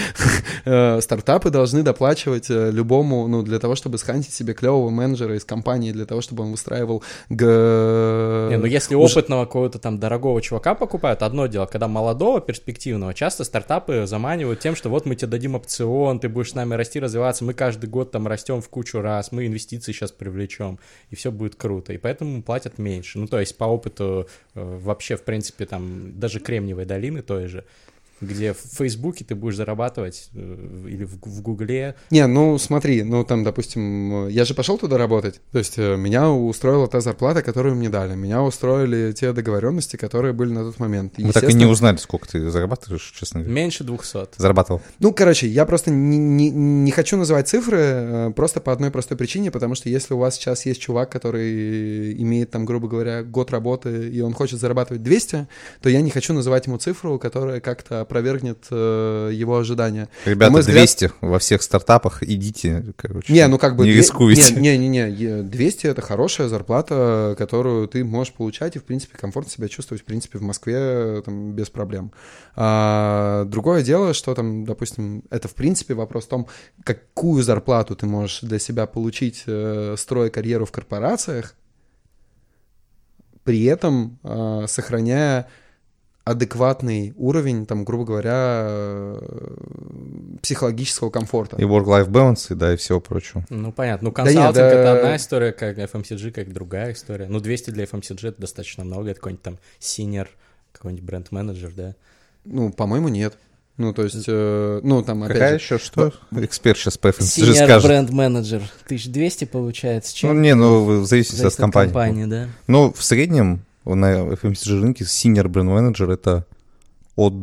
Э, Стартапы должны доплачивать э, любому, ну, для того, чтобы схантить себе клевого менеджера из компании, для того, чтобы он выстраивал г... Не, ну если уже- опытного какого-то там дорогого чувака покупают, одно дело, когда молодого, перспективного, часто стартапы заманивают тем, что вот мы тебе дадим опцион, ты будешь с нами расти, развиваться, мы каждый год там растем в кучу раз, мы инвестиции сейчас привлечем, и все будет круто, и поэтому платят меньше. Ну, то есть по опыту э, вообще, в принципе, там даже Кремниевой долины той же, где в Фейсбуке ты будешь зарабатывать э, или в, в Гугле. Не, ну смотри, ну там, допустим, я же пошел туда работать, то есть э, меня устроила та зарплата, которую мне дали, меня устроили те договоренности, которые были на тот момент. Мы так и не узнали, сколько ты зарабатываешь, честно говоря. Меньше двухсот. Зарабатывал. Ну, короче, я просто не, не, не хочу называть цифры, э, просто по одной простой причине, потому что если у вас сейчас есть чувак, который имеет там, грубо говоря, год работы, и он хочет зарабатывать двести, то я не хочу называть ему цифру, которая как-то опровергнет э, его ожидания. На Ребята, мой взгляд- двести во всех стартапах, идите, короче. Не, ну как бы... Не две- рискуйте. Не, не, не, не, двести — это хорошая зарплата, которую ты можешь получать и, в принципе, комфортно себя чувствовать, в принципе, в Москве там, без проблем. А, другое дело, что там, допустим, это, в принципе, вопрос в том, какую зарплату ты можешь для себя получить, э, строя карьеру в корпорациях, при этом э, сохраняя адекватный уровень, там, грубо говоря, психологического комфорта. И work-life balance, да, и всего прочего. Ну, понятно. Ну, консалтинг да — нет, это да... одна история, как эф эм си джи, как другая история. Ну, двести для эф эм си джи — это достаточно много. Это какой-нибудь там senior, какой-нибудь бренд-менеджер, да? Ну, по-моему, нет. Ну, то есть, э, ну, там, опять Какая же... еще, что? Эксперт сейчас по эф эм си джи Senior скажет. бренд-менеджер. тысяча двести получается. Чем? Ну, не, ну, зависит, Зависит от компании. компании, да. Ну, в среднем на эф эм си джи рынке senior бренд-менеджер — это от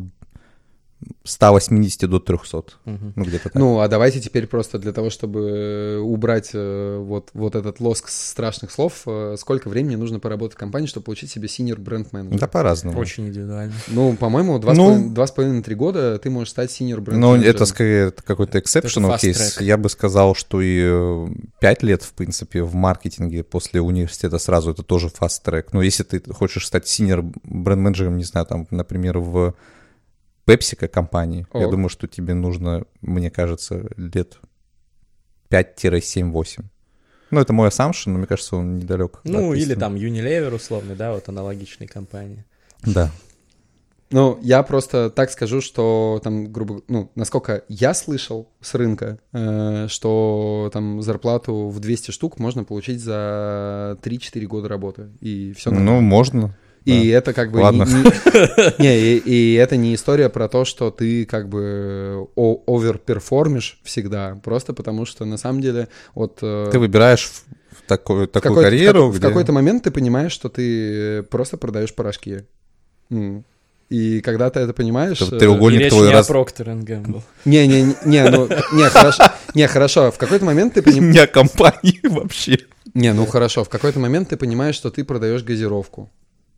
ста восьмидесяти до трехсот. Мгм. Ну, где-то так. Ну, а давайте теперь просто для того, чтобы убрать э, вот, вот этот лоск страшных слов, э, сколько времени нужно поработать в компании, чтобы получить себе senior бренд-менеджер? Да, по-разному. Очень индивидуально. Ну, по-моему, два с Ну, половиной- два с половиной-три года ты можешь стать senior Но бренд-менеджером. это скорее какой-то exceptional fast кейс. track. Я бы сказал, что и э, пять лет, в принципе, в маркетинге после университета сразу это тоже fast track. Но если ты хочешь стать senior бренд-менеджером, не знаю, там, например, в Pepsi компании, я Ок. думаю, что тебе нужно, мне кажется, лет пять-семь-восемь. Ну, это мой assumption, но мне кажется, он недалек. Ну, от или истины. там Unilever условный, да, вот аналогичные компании. Да. Ну, я просто так скажу, что там, грубо, ну, насколько я слышал с рынка, э, что там зарплату в двести штук можно получить за три-четыре года работы, и все. Ну, можно. И да. это как бы... Ладно. Не, не- не, и, и это не история про то, что ты как бы о- оверперформишь всегда, просто потому что на самом деле вот... э, Ты выбираешь в- в такую, в такую какой-то- карьеру, в, как- в где... какой-то момент ты понимаешь, что ты просто продаешь порошки. М. И когда ты это понимаешь... Это э, треугольник И речь твой не раз... о Procter энд Gamble. Не, не, не, не, ну, не, хорошо, не, хорошо, в какой-то момент ты понимаешь... Не о компании вообще. Не, ну хорошо, в какой-то момент ты понимаешь, что ты продаешь газировку.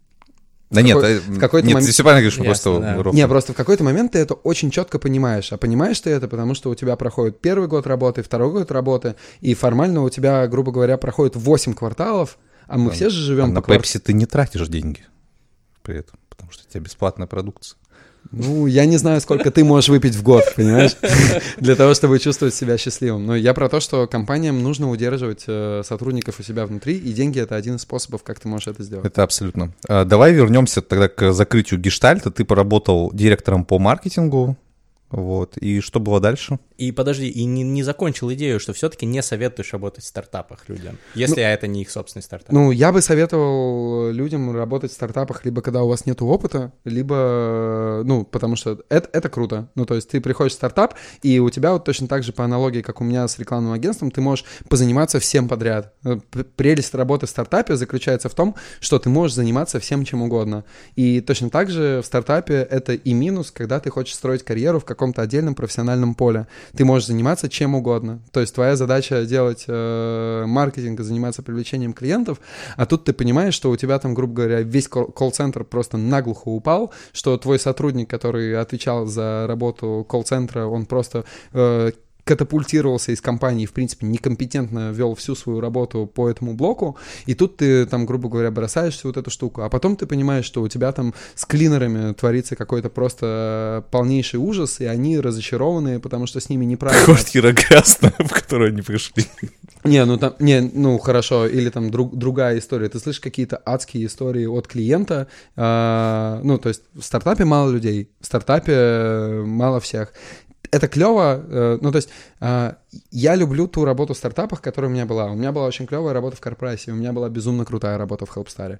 Да нет, какой- э, в какой-то нет, момент- ты все правильно говоришь, мы Ясно, просто да. рофлим. Не, просто в какой-то момент ты это очень четко понимаешь. А понимаешь ты это, потому что у тебя проходит первый год работы, второй год работы, и формально у тебя, грубо говоря, проходит восемь кварталов, а мы Да. все же живем А на по квар- Пепси ты не тратишь деньги при этом, потому что у тебя бесплатная продукция. Ну, я не знаю, сколько ты можешь выпить в год, понимаешь, для того, чтобы чувствовать себя счастливым. Но я про то, что компаниям нужно удерживать э, сотрудников у себя внутри, и деньги — это один из способов, как ты можешь это сделать. Это абсолютно. А, давай вернемся тогда к закрытию гештальта. Ты поработал директором по маркетингу, вот, и что было дальше? И подожди, и не, не закончил идею, что все-таки не советуешь работать в стартапах людям, если Ну, это не их собственный стартап. Ну, я бы советовал людям работать в стартапах либо когда у вас нет опыта, либо, ну, потому что это, это круто. Ну, то есть ты приходишь в стартап, и у тебя вот точно так же по аналогии, как у меня с рекламным агентством, ты можешь позаниматься всем подряд. П- Прелесть работы в стартапе заключается в том, что ты можешь заниматься всем чем угодно. И точно так же в стартапе это и минус, когда ты хочешь строить карьеру в каком-то отдельном профессиональном поле. Ты можешь заниматься чем угодно. То есть твоя задача делать э, маркетинг и заниматься привлечением клиентов, а тут ты понимаешь, что у тебя там, грубо говоря, весь кол- колл-центр просто наглухо упал, что твой сотрудник, который отвечал за работу колл-центра, он просто... э, катапультировался из компании, в принципе, некомпетентно вел всю свою работу по этому блоку, и тут ты, там, грубо говоря, бросаешь всю вот эту штуку, а потом ты понимаешь, что у тебя там с клинерами творится какой-то просто полнейший ужас, и они разочарованы, потому что с ними неправильно... Квартира грязная, в которую они пришли. Не, ну там, не, ну хорошо, или там друг, другая история. Ты слышишь какие-то адские истории от клиента, а, ну, то есть в стартапе мало людей, в стартапе мало всех. Это клево, э, ну, то есть э, я люблю ту работу в стартапах, которая у меня была. У меня была очень клевая работа в корпорации, у меня была безумно крутая работа в Helpstar.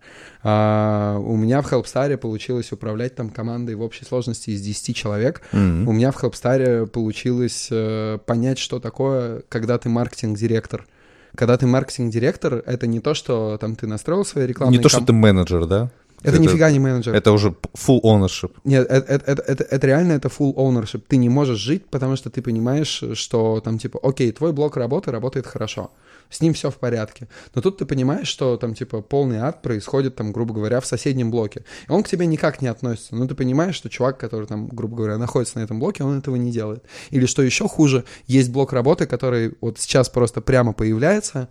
А, у меня в Helpstar получилось управлять там командой в общей сложности из десяти человек. Mm-hmm. У меня в Helpstar получилось э, понять, что такое, когда ты маркетинг-директор. Когда ты маркетинг-директор, это не то, что там ты настроил свои рекламные... Не то, что ком- ты менеджер, да? Это, это нифига не менеджер. Это уже full ownership. Нет, это, это, это, это, это реально это full ownership. Ты не можешь жить, потому что ты понимаешь, что там типа, окей, твой блок работы работает хорошо, с ним все в порядке. Но тут ты понимаешь, что там типа полный ад происходит там, грубо говоря, в соседнем блоке. И он к тебе никак не относится. Но ты понимаешь, что чувак, который там, грубо говоря, находится на этом блоке, он этого не делает. Или что еще хуже, есть блок работы, который вот сейчас просто прямо появляется,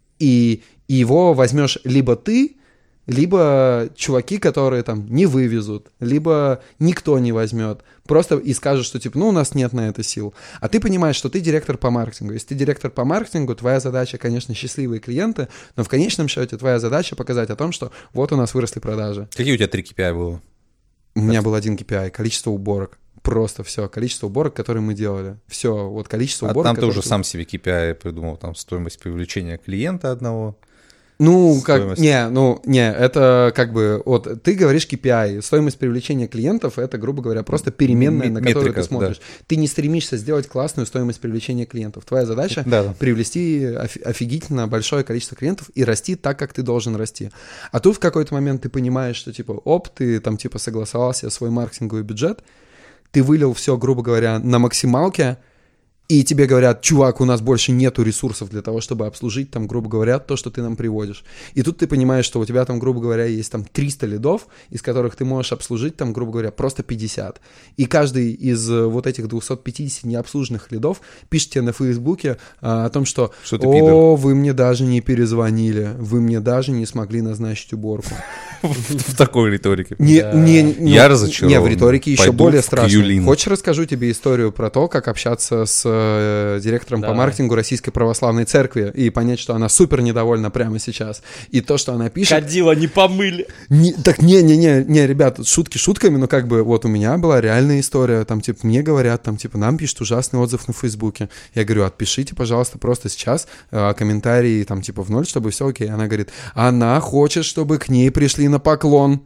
и его возьмешь либо ты, либо чуваки, которые там не вывезут, либо никто не возьмет, просто и скажут, что типа, ну, у нас нет на это сил. А ты понимаешь, что ты директор по маркетингу. Если ты директор по маркетингу, твоя задача, конечно, счастливые клиенты, но в конечном счете твоя задача показать о том, что вот у нас выросли продажи. Какие у тебя три кей пи ай было? У меня был один кей пи ай, количество уборок. Просто все, количество уборок, которые мы делали. Все, вот количество А уборок. там ты уже ты... сам себе кей пи ай придумал, там стоимость привлечения клиента одного. Ну, стоимость. как, не, ну, не, это как бы, вот, ты говоришь кей пи ай, стоимость привлечения клиентов, это, грубо говоря, просто переменная, М- на которую метрика, ты смотришь. Да. Ты не стремишься сделать классную стоимость привлечения клиентов. Твоя задача да, да. привлести офи- офигительно большое количество клиентов и расти так, как ты должен расти. А тут в какой-то момент ты понимаешь, что, типа, оп, ты там, типа, согласовал себе свой маркетинговый бюджет, ты вылил все, грубо говоря, на максималке, и тебе говорят: чувак, у нас больше нету ресурсов для того, чтобы обслужить, там, грубо говоря, то, что ты нам приводишь. И тут ты понимаешь, что у тебя там, грубо говоря, есть там триста лидов, из которых ты можешь обслужить, там, грубо говоря, просто пятьдесят. И каждый из вот этих двести пятьдесят необслуженных лидов пишет тебе на Фейсбуке а, о том, что, что ты о, пидор. вы мне даже не перезвонили, вы мне даже не смогли назначить уборку. В такой риторике. Не, не, ну, Я разочарован. Не, в риторике еще Пойду более в страшно. Кьюлин. Хочешь, расскажу тебе историю про то, как общаться с э, директором Давай. по маркетингу Российской Православной Церкви и понять, что она супер недовольна прямо сейчас. И то, что она пишет... Кадила не помыли. Не, так не-не-не, не, ребят, шутки шутками, но как бы вот у меня была реальная история, там, типа, мне говорят, там, типа, нам пишут ужасный отзыв на Фейсбуке. Я говорю: отпишите, пожалуйста, просто сейчас э, комментарии, там, типа, в ноль, чтобы все окей. Она говорит: она хочет, чтобы к ней пришли на поклон.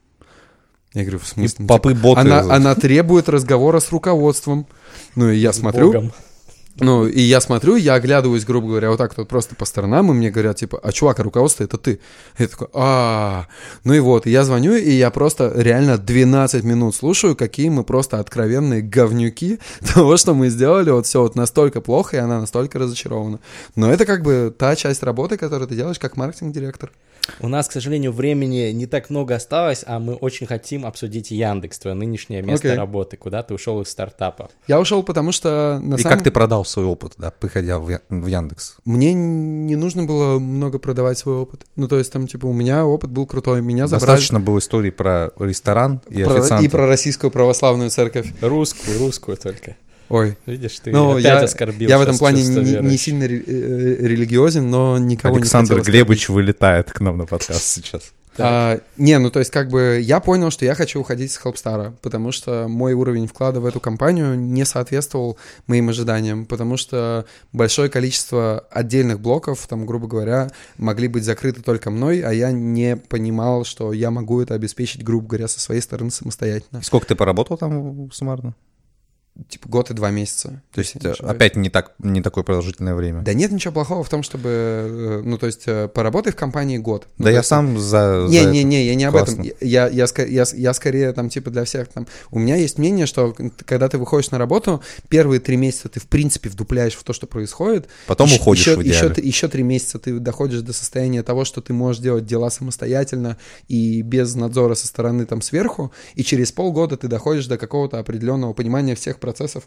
Я говорю: в смысле? Попы-боты. Она, она требует разговора с руководством. Ну, и я С смотрю... Богом. Ну, и я смотрю, я оглядываюсь, грубо говоря, вот так вот просто по сторонам, и мне говорят, типа: а чувак, а руководство — это ты. Я такой: а Ну и вот, и я звоню, и я просто реально двенадцать минут слушаю, какие мы просто откровенные говнюки того, что мы сделали, вот все вот настолько плохо, и она настолько разочарована. Но это как бы та часть работы, которую ты делаешь как маркетинг-директор. У нас, к сожалению, времени не так много осталось, а мы очень хотим обсудить Яндекс, твое нынешнее место Окей. работы, куда ты ушел из стартапа. Я ушел, потому что на И самом... как ты продал свой опыт, да, приходя в Я- в Яндекс? Мне не нужно было много продавать свой опыт. Ну, то есть там, типа, у меня опыт был крутой, меня забрали... Достаточно было истории про ресторан и Про- официанта. И про Российскую Православную Церковь. Русскую, русскую только. Ой. Видишь, ты Ну, опять я, оскорбил. я в этом сейчас плане чувство не, веры. не сильно ре- э, религиозен, но никого Александр не хотел Глебович вылетает к нам на подкаст сейчас. А, не, ну то есть как бы я понял, что я хочу уходить с Helpstar, потому что мой уровень вклада в эту компанию не соответствовал моим ожиданиям, потому что большое количество отдельных блоков, там, грубо говоря, могли быть закрыты только мной, а я не понимал, что я могу это обеспечить, грубо говоря, со своей стороны самостоятельно. Сколько ты поработал там суммарно? Типа год и два месяца. То есть если не ошибаюсь. опять не, так, не такое продолжительное время. Да нет ничего плохого в том, чтобы, э, ну, то есть, э, поработай в компании год. Ну, Да то я есть, сам за, за Не-не-не, это. я не об Классно. этом. Я, я, ска- я, я скорее там типа для всех там... У меня есть мнение, что когда ты выходишь на работу, первые три месяца ты в принципе вдупляешь в то, что происходит. Потом Еще- уходишь еще, в идеале. Еще, еще три месяца ты доходишь до состояния того, что ты можешь делать дела самостоятельно и без надзора со стороны там сверху. И через полгода ты доходишь до какого-то определенного понимания всех процессов,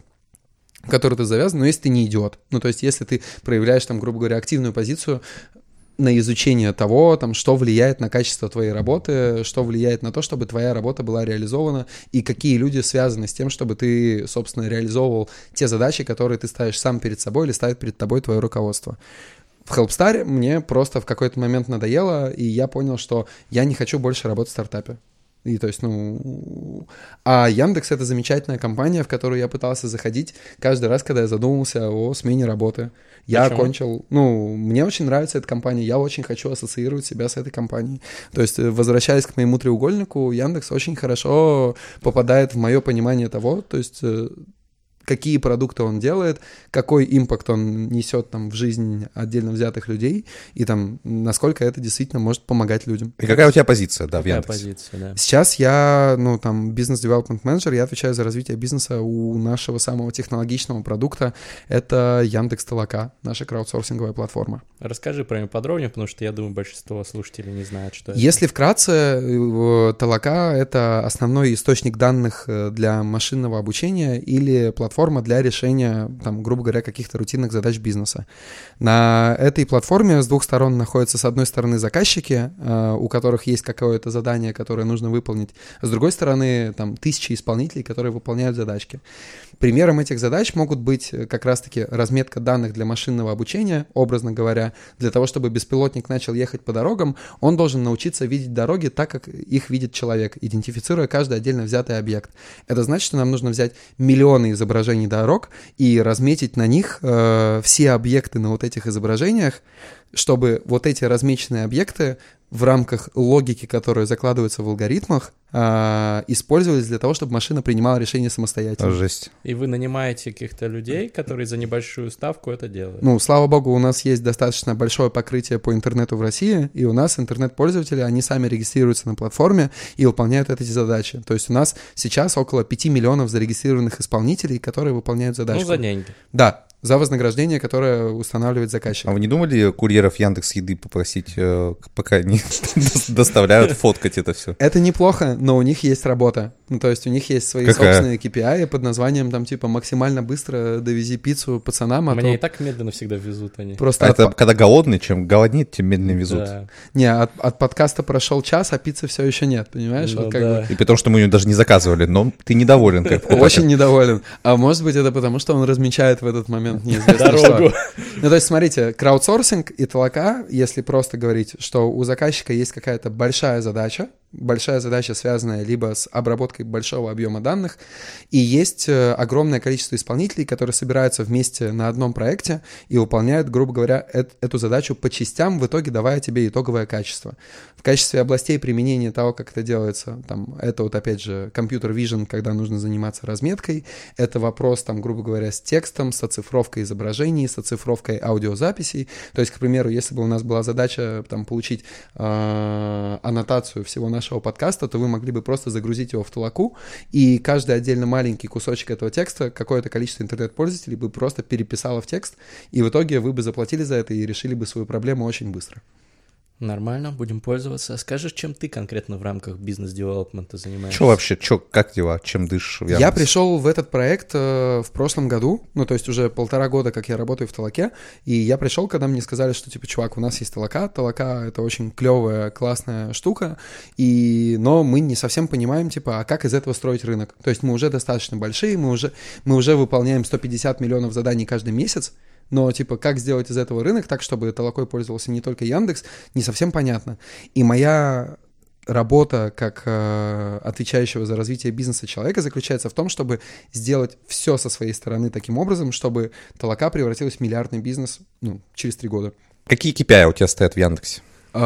в который ты завязан, но если ты не идиот. Ну, то есть, если ты проявляешь, там, грубо говоря, активную позицию на изучение того, там, что влияет на качество твоей работы, что влияет на то, чтобы твоя работа была реализована, и какие люди связаны с тем, чтобы ты, собственно, реализовывал те задачи, которые ты ставишь сам перед собой или ставит перед тобой твое руководство. В Helpstar мне просто в какой-то момент надоело, и я понял, что я не хочу больше работать в стартапе. И то есть, ну... А Яндекс — это замечательная компания, в которую я пытался заходить каждый раз, когда я задумывался о смене работы. Я Почему? окончил... Ну, мне очень нравится эта компания, я очень хочу ассоциировать себя с этой компанией. То есть, возвращаясь к моему треугольнику, Яндекс очень хорошо попадает в мое понимание того, то есть... какие продукты он делает, какой импакт он несет там в жизнь отдельно взятых людей, и там насколько это действительно может помогать людям. И какая у тебя позиция, да, в Какая Яндексе? позиция, да. Сейчас я, ну, там, бизнес-девелопмент менеджер, я отвечаю за развитие бизнеса у нашего самого технологичного продукта. Это Яндекс.Толока, наша краудсорсинговая платформа. Расскажи про нее подробнее, потому что я думаю, большинство слушателей не знают, что это. Если вкратце, э, Толока — это основной источник данных э, для машинного обучения или платформа платформа для решения, там, грубо говоря, каких-то рутинных задач бизнеса. На этой платформе с двух сторон находятся, с одной стороны, заказчики, у которых есть какое-то задание, которое нужно выполнить, а с другой стороны, там, тысячи исполнителей, которые выполняют задачки. Примером этих задач могут быть как раз-таки разметка данных для машинного обучения, образно говоря, для того, чтобы беспилотник начал ехать по дорогам, он должен научиться видеть дороги так, как их видит человек, идентифицируя каждый отдельно взятый объект. Это значит, что нам нужно взять миллионы изображений дорог и разметить на них э, все объекты на вот этих изображениях, чтобы вот эти размеченные объекты в рамках логики, которая закладывается в алгоритмах, э, использовались для того, чтобы машина принимала решения самостоятельно. Жесть. И вы нанимаете каких-то людей, которые за небольшую ставку это делают? Ну, слава богу, у нас есть достаточно большое покрытие по интернету в России, и у нас интернет-пользователи, они сами регистрируются на платформе и выполняют эти задачи. То есть у нас сейчас около пяти миллионов зарегистрированных исполнителей, которые выполняют задачи. Ну, за деньги. Да, за вознаграждение, которое устанавливает заказчик. А вы не думали курьеров Яндекс.Еды попросить, пока они доставляют, фоткать это все? Это неплохо, но у них есть работа. Ну, то есть у них есть свои Какая? собственные кей пи ай под названием, там, типа, максимально быстро довези пиццу пацанам. А Мне то и так медленно всегда везут они. просто А это от, когда голодный, чем голоднит, тем медленнее везут. Да. не, от, от подкаста прошел час, а пиццы все еще нет, понимаешь? Ну Вот как да. бы И потому что мы ее даже не заказывали, но ты недоволен, как покупатель. очень недоволен. А может быть, это потому, что он размечает в этот момент неизвестно что. Дорогу. Ну, то есть, смотрите, краудсорсинг и толока, если просто говорить, что у заказчика есть какая-то большая задача, большая задача, связанная либо с обработкой большого объема данных, и есть э, огромное количество исполнителей, которые собираются вместе на одном проекте и выполняют, грубо говоря, эт- эту задачу по частям, в итоге давая тебе итоговое качество. В качестве областей применения того, как это делается, там, это вот опять же компьютер вижн, когда нужно заниматься разметкой, это вопрос, там, грубо говоря, с текстом, с оцифровкой изображений, с оцифровкой аудиозаписей. То есть, к примеру, если бы у нас была задача там, получить э, аннотацию всего нашего подкаста, то вы могли бы просто загрузить его в толоку, и каждый отдельно маленький кусочек этого текста какое-то количество интернет-пользователей бы просто переписало в текст, и в итоге вы бы заплатили за это и решили бы свою проблему очень быстро. Нормально, будем пользоваться. Скажи, чем ты конкретно в рамках бизнес-девелопмента занимаешься? Что вообще, чё, как дела, чем дышишь? в Я Яндексе? пришел в этот проект э, в прошлом году, ну, то есть уже полтора года, как я работаю в толоке, и я пришел, когда мне сказали, что, типа, чувак, у нас есть толока, толока — это очень клевая, классная штука, и, но мы не совсем понимаем, типа, а как из этого строить рынок. То есть мы уже достаточно большие, мы уже, мы уже выполняем сто пятьдесят миллионов заданий каждый месяц, но, типа, как сделать из этого рынок так, чтобы толокой пользовался не только Яндекс, не совсем понятно. И моя работа как э, отвечающего за развитие бизнеса человека заключается в том, чтобы сделать все со своей стороны таким образом, чтобы толока превратилась в миллиардный бизнес, ну, через три года. Какие кей пи ай у тебя стоят в Яндексе?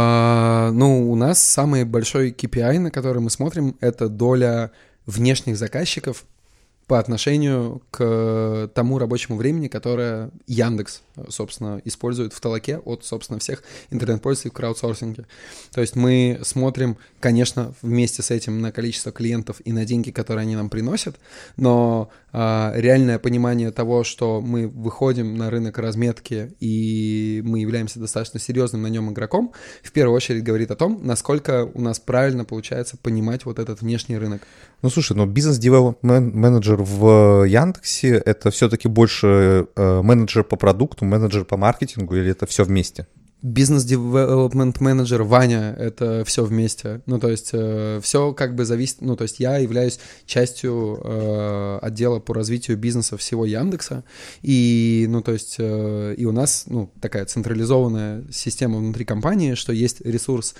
А, ну, у нас самый большой кей пи ай, на который мы смотрим, это доля внешних заказчиков по отношению к тому рабочему времени, которое Яндекс, собственно, использует в толоке от, собственно, всех интернет-пользователей в краудсорсинге. То есть мы смотрим, конечно, вместе с этим на количество клиентов и на деньги, которые они нам приносят, но а, реальное понимание того, что мы выходим на рынок разметки и мы являемся достаточно серьезным на нем игроком, в первую очередь говорит о том, насколько у нас правильно получается понимать вот этот внешний рынок. Ну, слушай, но бизнес-девелопмент-менеджер в Яндексе — это все-таки больше э, менеджер по продукту, менеджер по маркетингу, или это все вместе? Бизнес-девелопмент-менеджер Ваня — это все вместе. Ну, то есть э, все как бы зависит... Ну, то есть я являюсь частью э, отдела по развитию бизнеса всего Яндекса, и, ну, то есть э, и у нас, ну, такая централизованная система внутри компании, что есть ресурс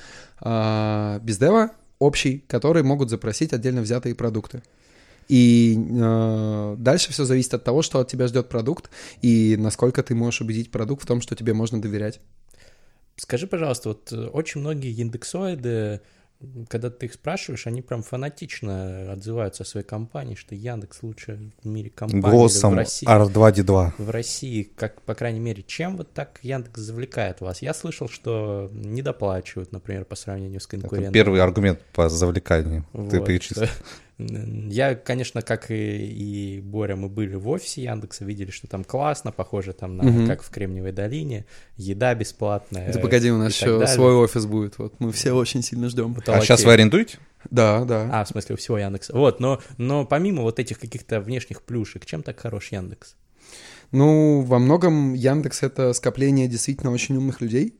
э, бездева общий, который могут запросить отдельно взятые продукты. И э, дальше все зависит от того, что от тебя ждет продукт, и насколько ты можешь убедить продукт в том, что тебе можно доверять. Скажи, пожалуйста, вот очень многие индексоиды, когда ты их спрашиваешь, они прям фанатично отзываются о своей компании, что Яндекс лучшая в мире компания Голосом в России. ар два ди два. В России, как, по крайней мере, чем вот так Яндекс завлекает вас? Я слышал, что недоплачивают, например, по сравнению с конкурентами. Это первый аргумент по завлеканию. Вот. Ты перечислил. Я, конечно, как и, и Боря, мы были в офисе Яндекса, видели, что там классно, похоже там на, Мгм. как в Кремниевой долине, еда бесплатная. Это погоди, у нас и так еще далее. свой офис будет. Вот мы все очень сильно ждем. В А Толоке. сейчас вы арендуете? Да, да. А, в смысле, у всего Яндекса. Вот, но, но помимо вот этих каких-то внешних плюшек, чем так хорош Яндекс? Ну, во многом Яндекс — это скопление действительно очень умных людей,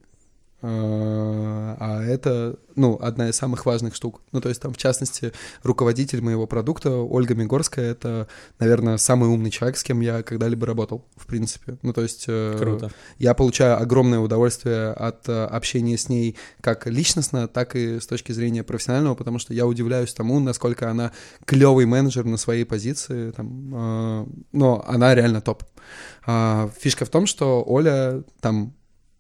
а это, ну, одна из самых важных штук. Ну, то есть там, в частности, руководитель моего продукта Ольга Мигорская — это, наверное, самый умный человек, с кем я когда-либо работал, в принципе. Ну, то есть Круто. Я получаю огромное удовольствие от общения с ней как личностно, так и с точки зрения профессионального, потому что я удивляюсь тому, насколько она клевый менеджер на своей позиции, там, но она реально топ. Фишка в том, что Оля там...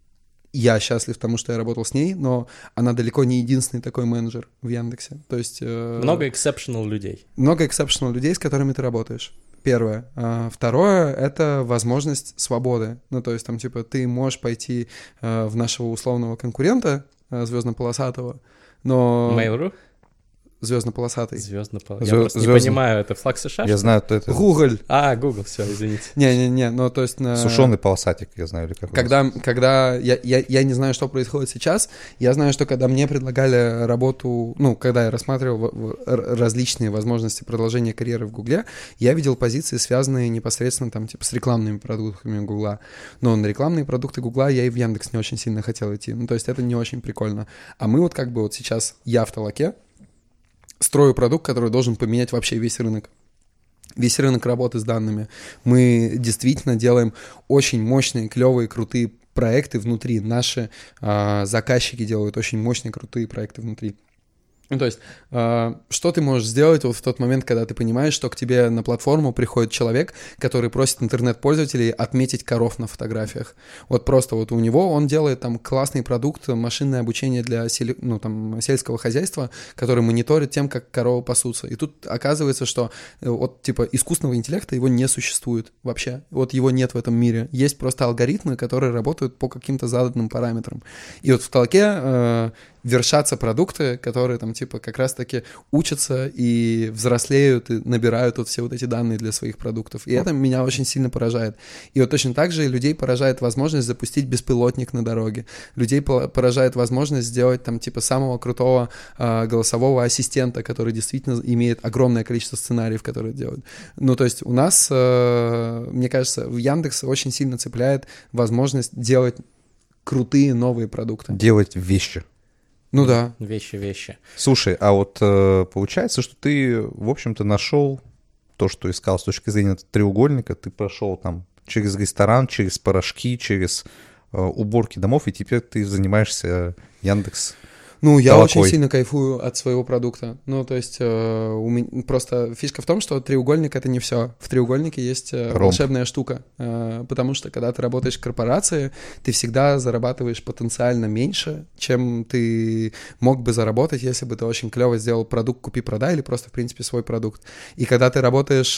Я счастлив тому, что я работал с ней, но она далеко не единственный такой менеджер в Яндексе. То есть... Э, много exceptional людей. Много exceptional людей, с которыми ты работаешь. Первое. А, второе — это возможность свободы. Ну, то есть там, типа, ты можешь пойти э, в нашего условного конкурента, э, звездно-полосатого, но... Mail.ru? Звездно-полосатый. Звездно-полосатый. Звезд... Я просто не звездно... понимаю, это флаг США? Я знаю, что это... Google. А, Google, все, извините. Не-не-не, ну то есть... На... Сушеный полосатик, я знаю, или как Когда, когда я, я, я не знаю, что происходит сейчас, я знаю, что когда мне предлагали работу, ну, когда я рассматривал различные возможности продолжения карьеры в Гугле, я видел позиции, связанные непосредственно там, типа, с рекламными продуктами Гугла. Но на рекламные продукты Гугла я и в Яндекс не очень сильно хотел идти. Ну, то есть это не очень прикольно. А мы вот как бы вот сейчас, я в Толоке, строю продукт, который должен поменять вообще весь рынок. Весь рынок работы с данными. Мы действительно делаем очень мощные, клевые, крутые проекты внутри. Наши э, заказчики делают очень мощные, крутые проекты внутри. Ну, то есть, э, что ты можешь сделать вот в тот момент, когда ты понимаешь, что к тебе на платформу приходит человек, который просит интернет-пользователей отметить коров на фотографиях. Вот просто вот у него он делает там классный продукт, машинное обучение для сели, ну, там, сельского хозяйства, который мониторит тем, как коровы пасутся. И тут оказывается, что вот типа искусственного интеллекта его не существует вообще. Вот его нет в этом мире. Есть просто алгоритмы, которые работают по каким-то заданным параметрам. И вот в Толоке э, вершатся продукты, которые там типа как раз-таки учатся и взрослеют, и набирают вот все вот эти данные для своих продуктов. И это меня очень сильно поражает. И вот точно так же людей поражает возможность запустить беспилотник на дороге. Людей поражает возможность сделать там типа самого крутого э, голосового ассистента, который действительно имеет огромное количество сценариев, которые делают. Ну, то есть у нас, э, мне кажется, в Яндекс очень сильно цепляет возможность делать крутые новые продукты. Делать вещи. Ну да. Вещи, вещи. Слушай, а вот э, получается, что ты, в общем-то, нашел то, что искал с точки зрения треугольника, ты прошел там через ресторан, через порошки, через э, уборки домов, и теперь ты занимаешься Яндекс. Ну, я Толокой. очень сильно кайфую от своего продукта. Ну, то есть, э, у меня просто фишка в том, что треугольник — это не все. В треугольнике есть э, волшебная штука. Э, потому что, когда ты работаешь в корпорации, ты всегда зарабатываешь потенциально меньше, чем ты мог бы заработать, если бы ты очень клево сделал продукт «Купи-продай» или просто, в принципе, свой продукт. И когда ты работаешь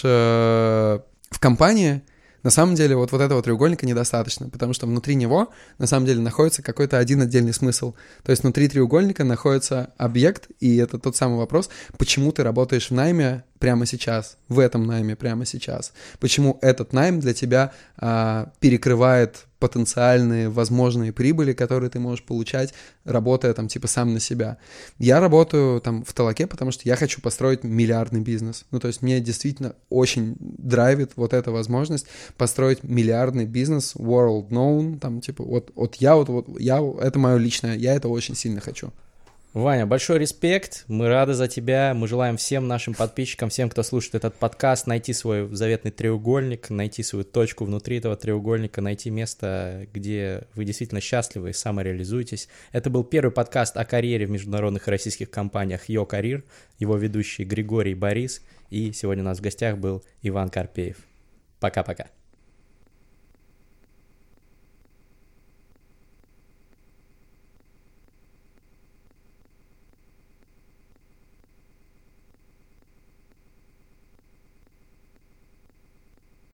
э, в компании, на самом деле вот, вот этого треугольника недостаточно, потому что внутри него на самом деле находится какой-то один отдельный смысл. То есть внутри треугольника находится объект, и это тот самый вопрос, почему ты работаешь в найме прямо сейчас, в этом найме прямо сейчас. Почему этот найм для тебя а, перекрывает потенциальные возможные прибыли, которые ты можешь получать, работая там типа сам на себя. Я работаю там в Толоке, потому что я хочу построить миллиардный бизнес. Ну, то есть мне действительно очень драйвит вот эта возможность построить миллиардный бизнес, world known, там типа вот, вот я вот, вот я, это мое личное, я это очень сильно хочу. Ваня, большой респект, мы рады за тебя, мы желаем всем нашим подписчикам, всем, кто слушает этот подкаст, найти свой заветный треугольник, найти свою точку внутри этого треугольника, найти место, где вы действительно счастливы и самореализуетесь. Это был первый подкаст о карьере в международных и российских компаниях Yo Career, его ведущий Григорий Борис, и сегодня у нас в гостях был Иван Карпеев. Пока-пока.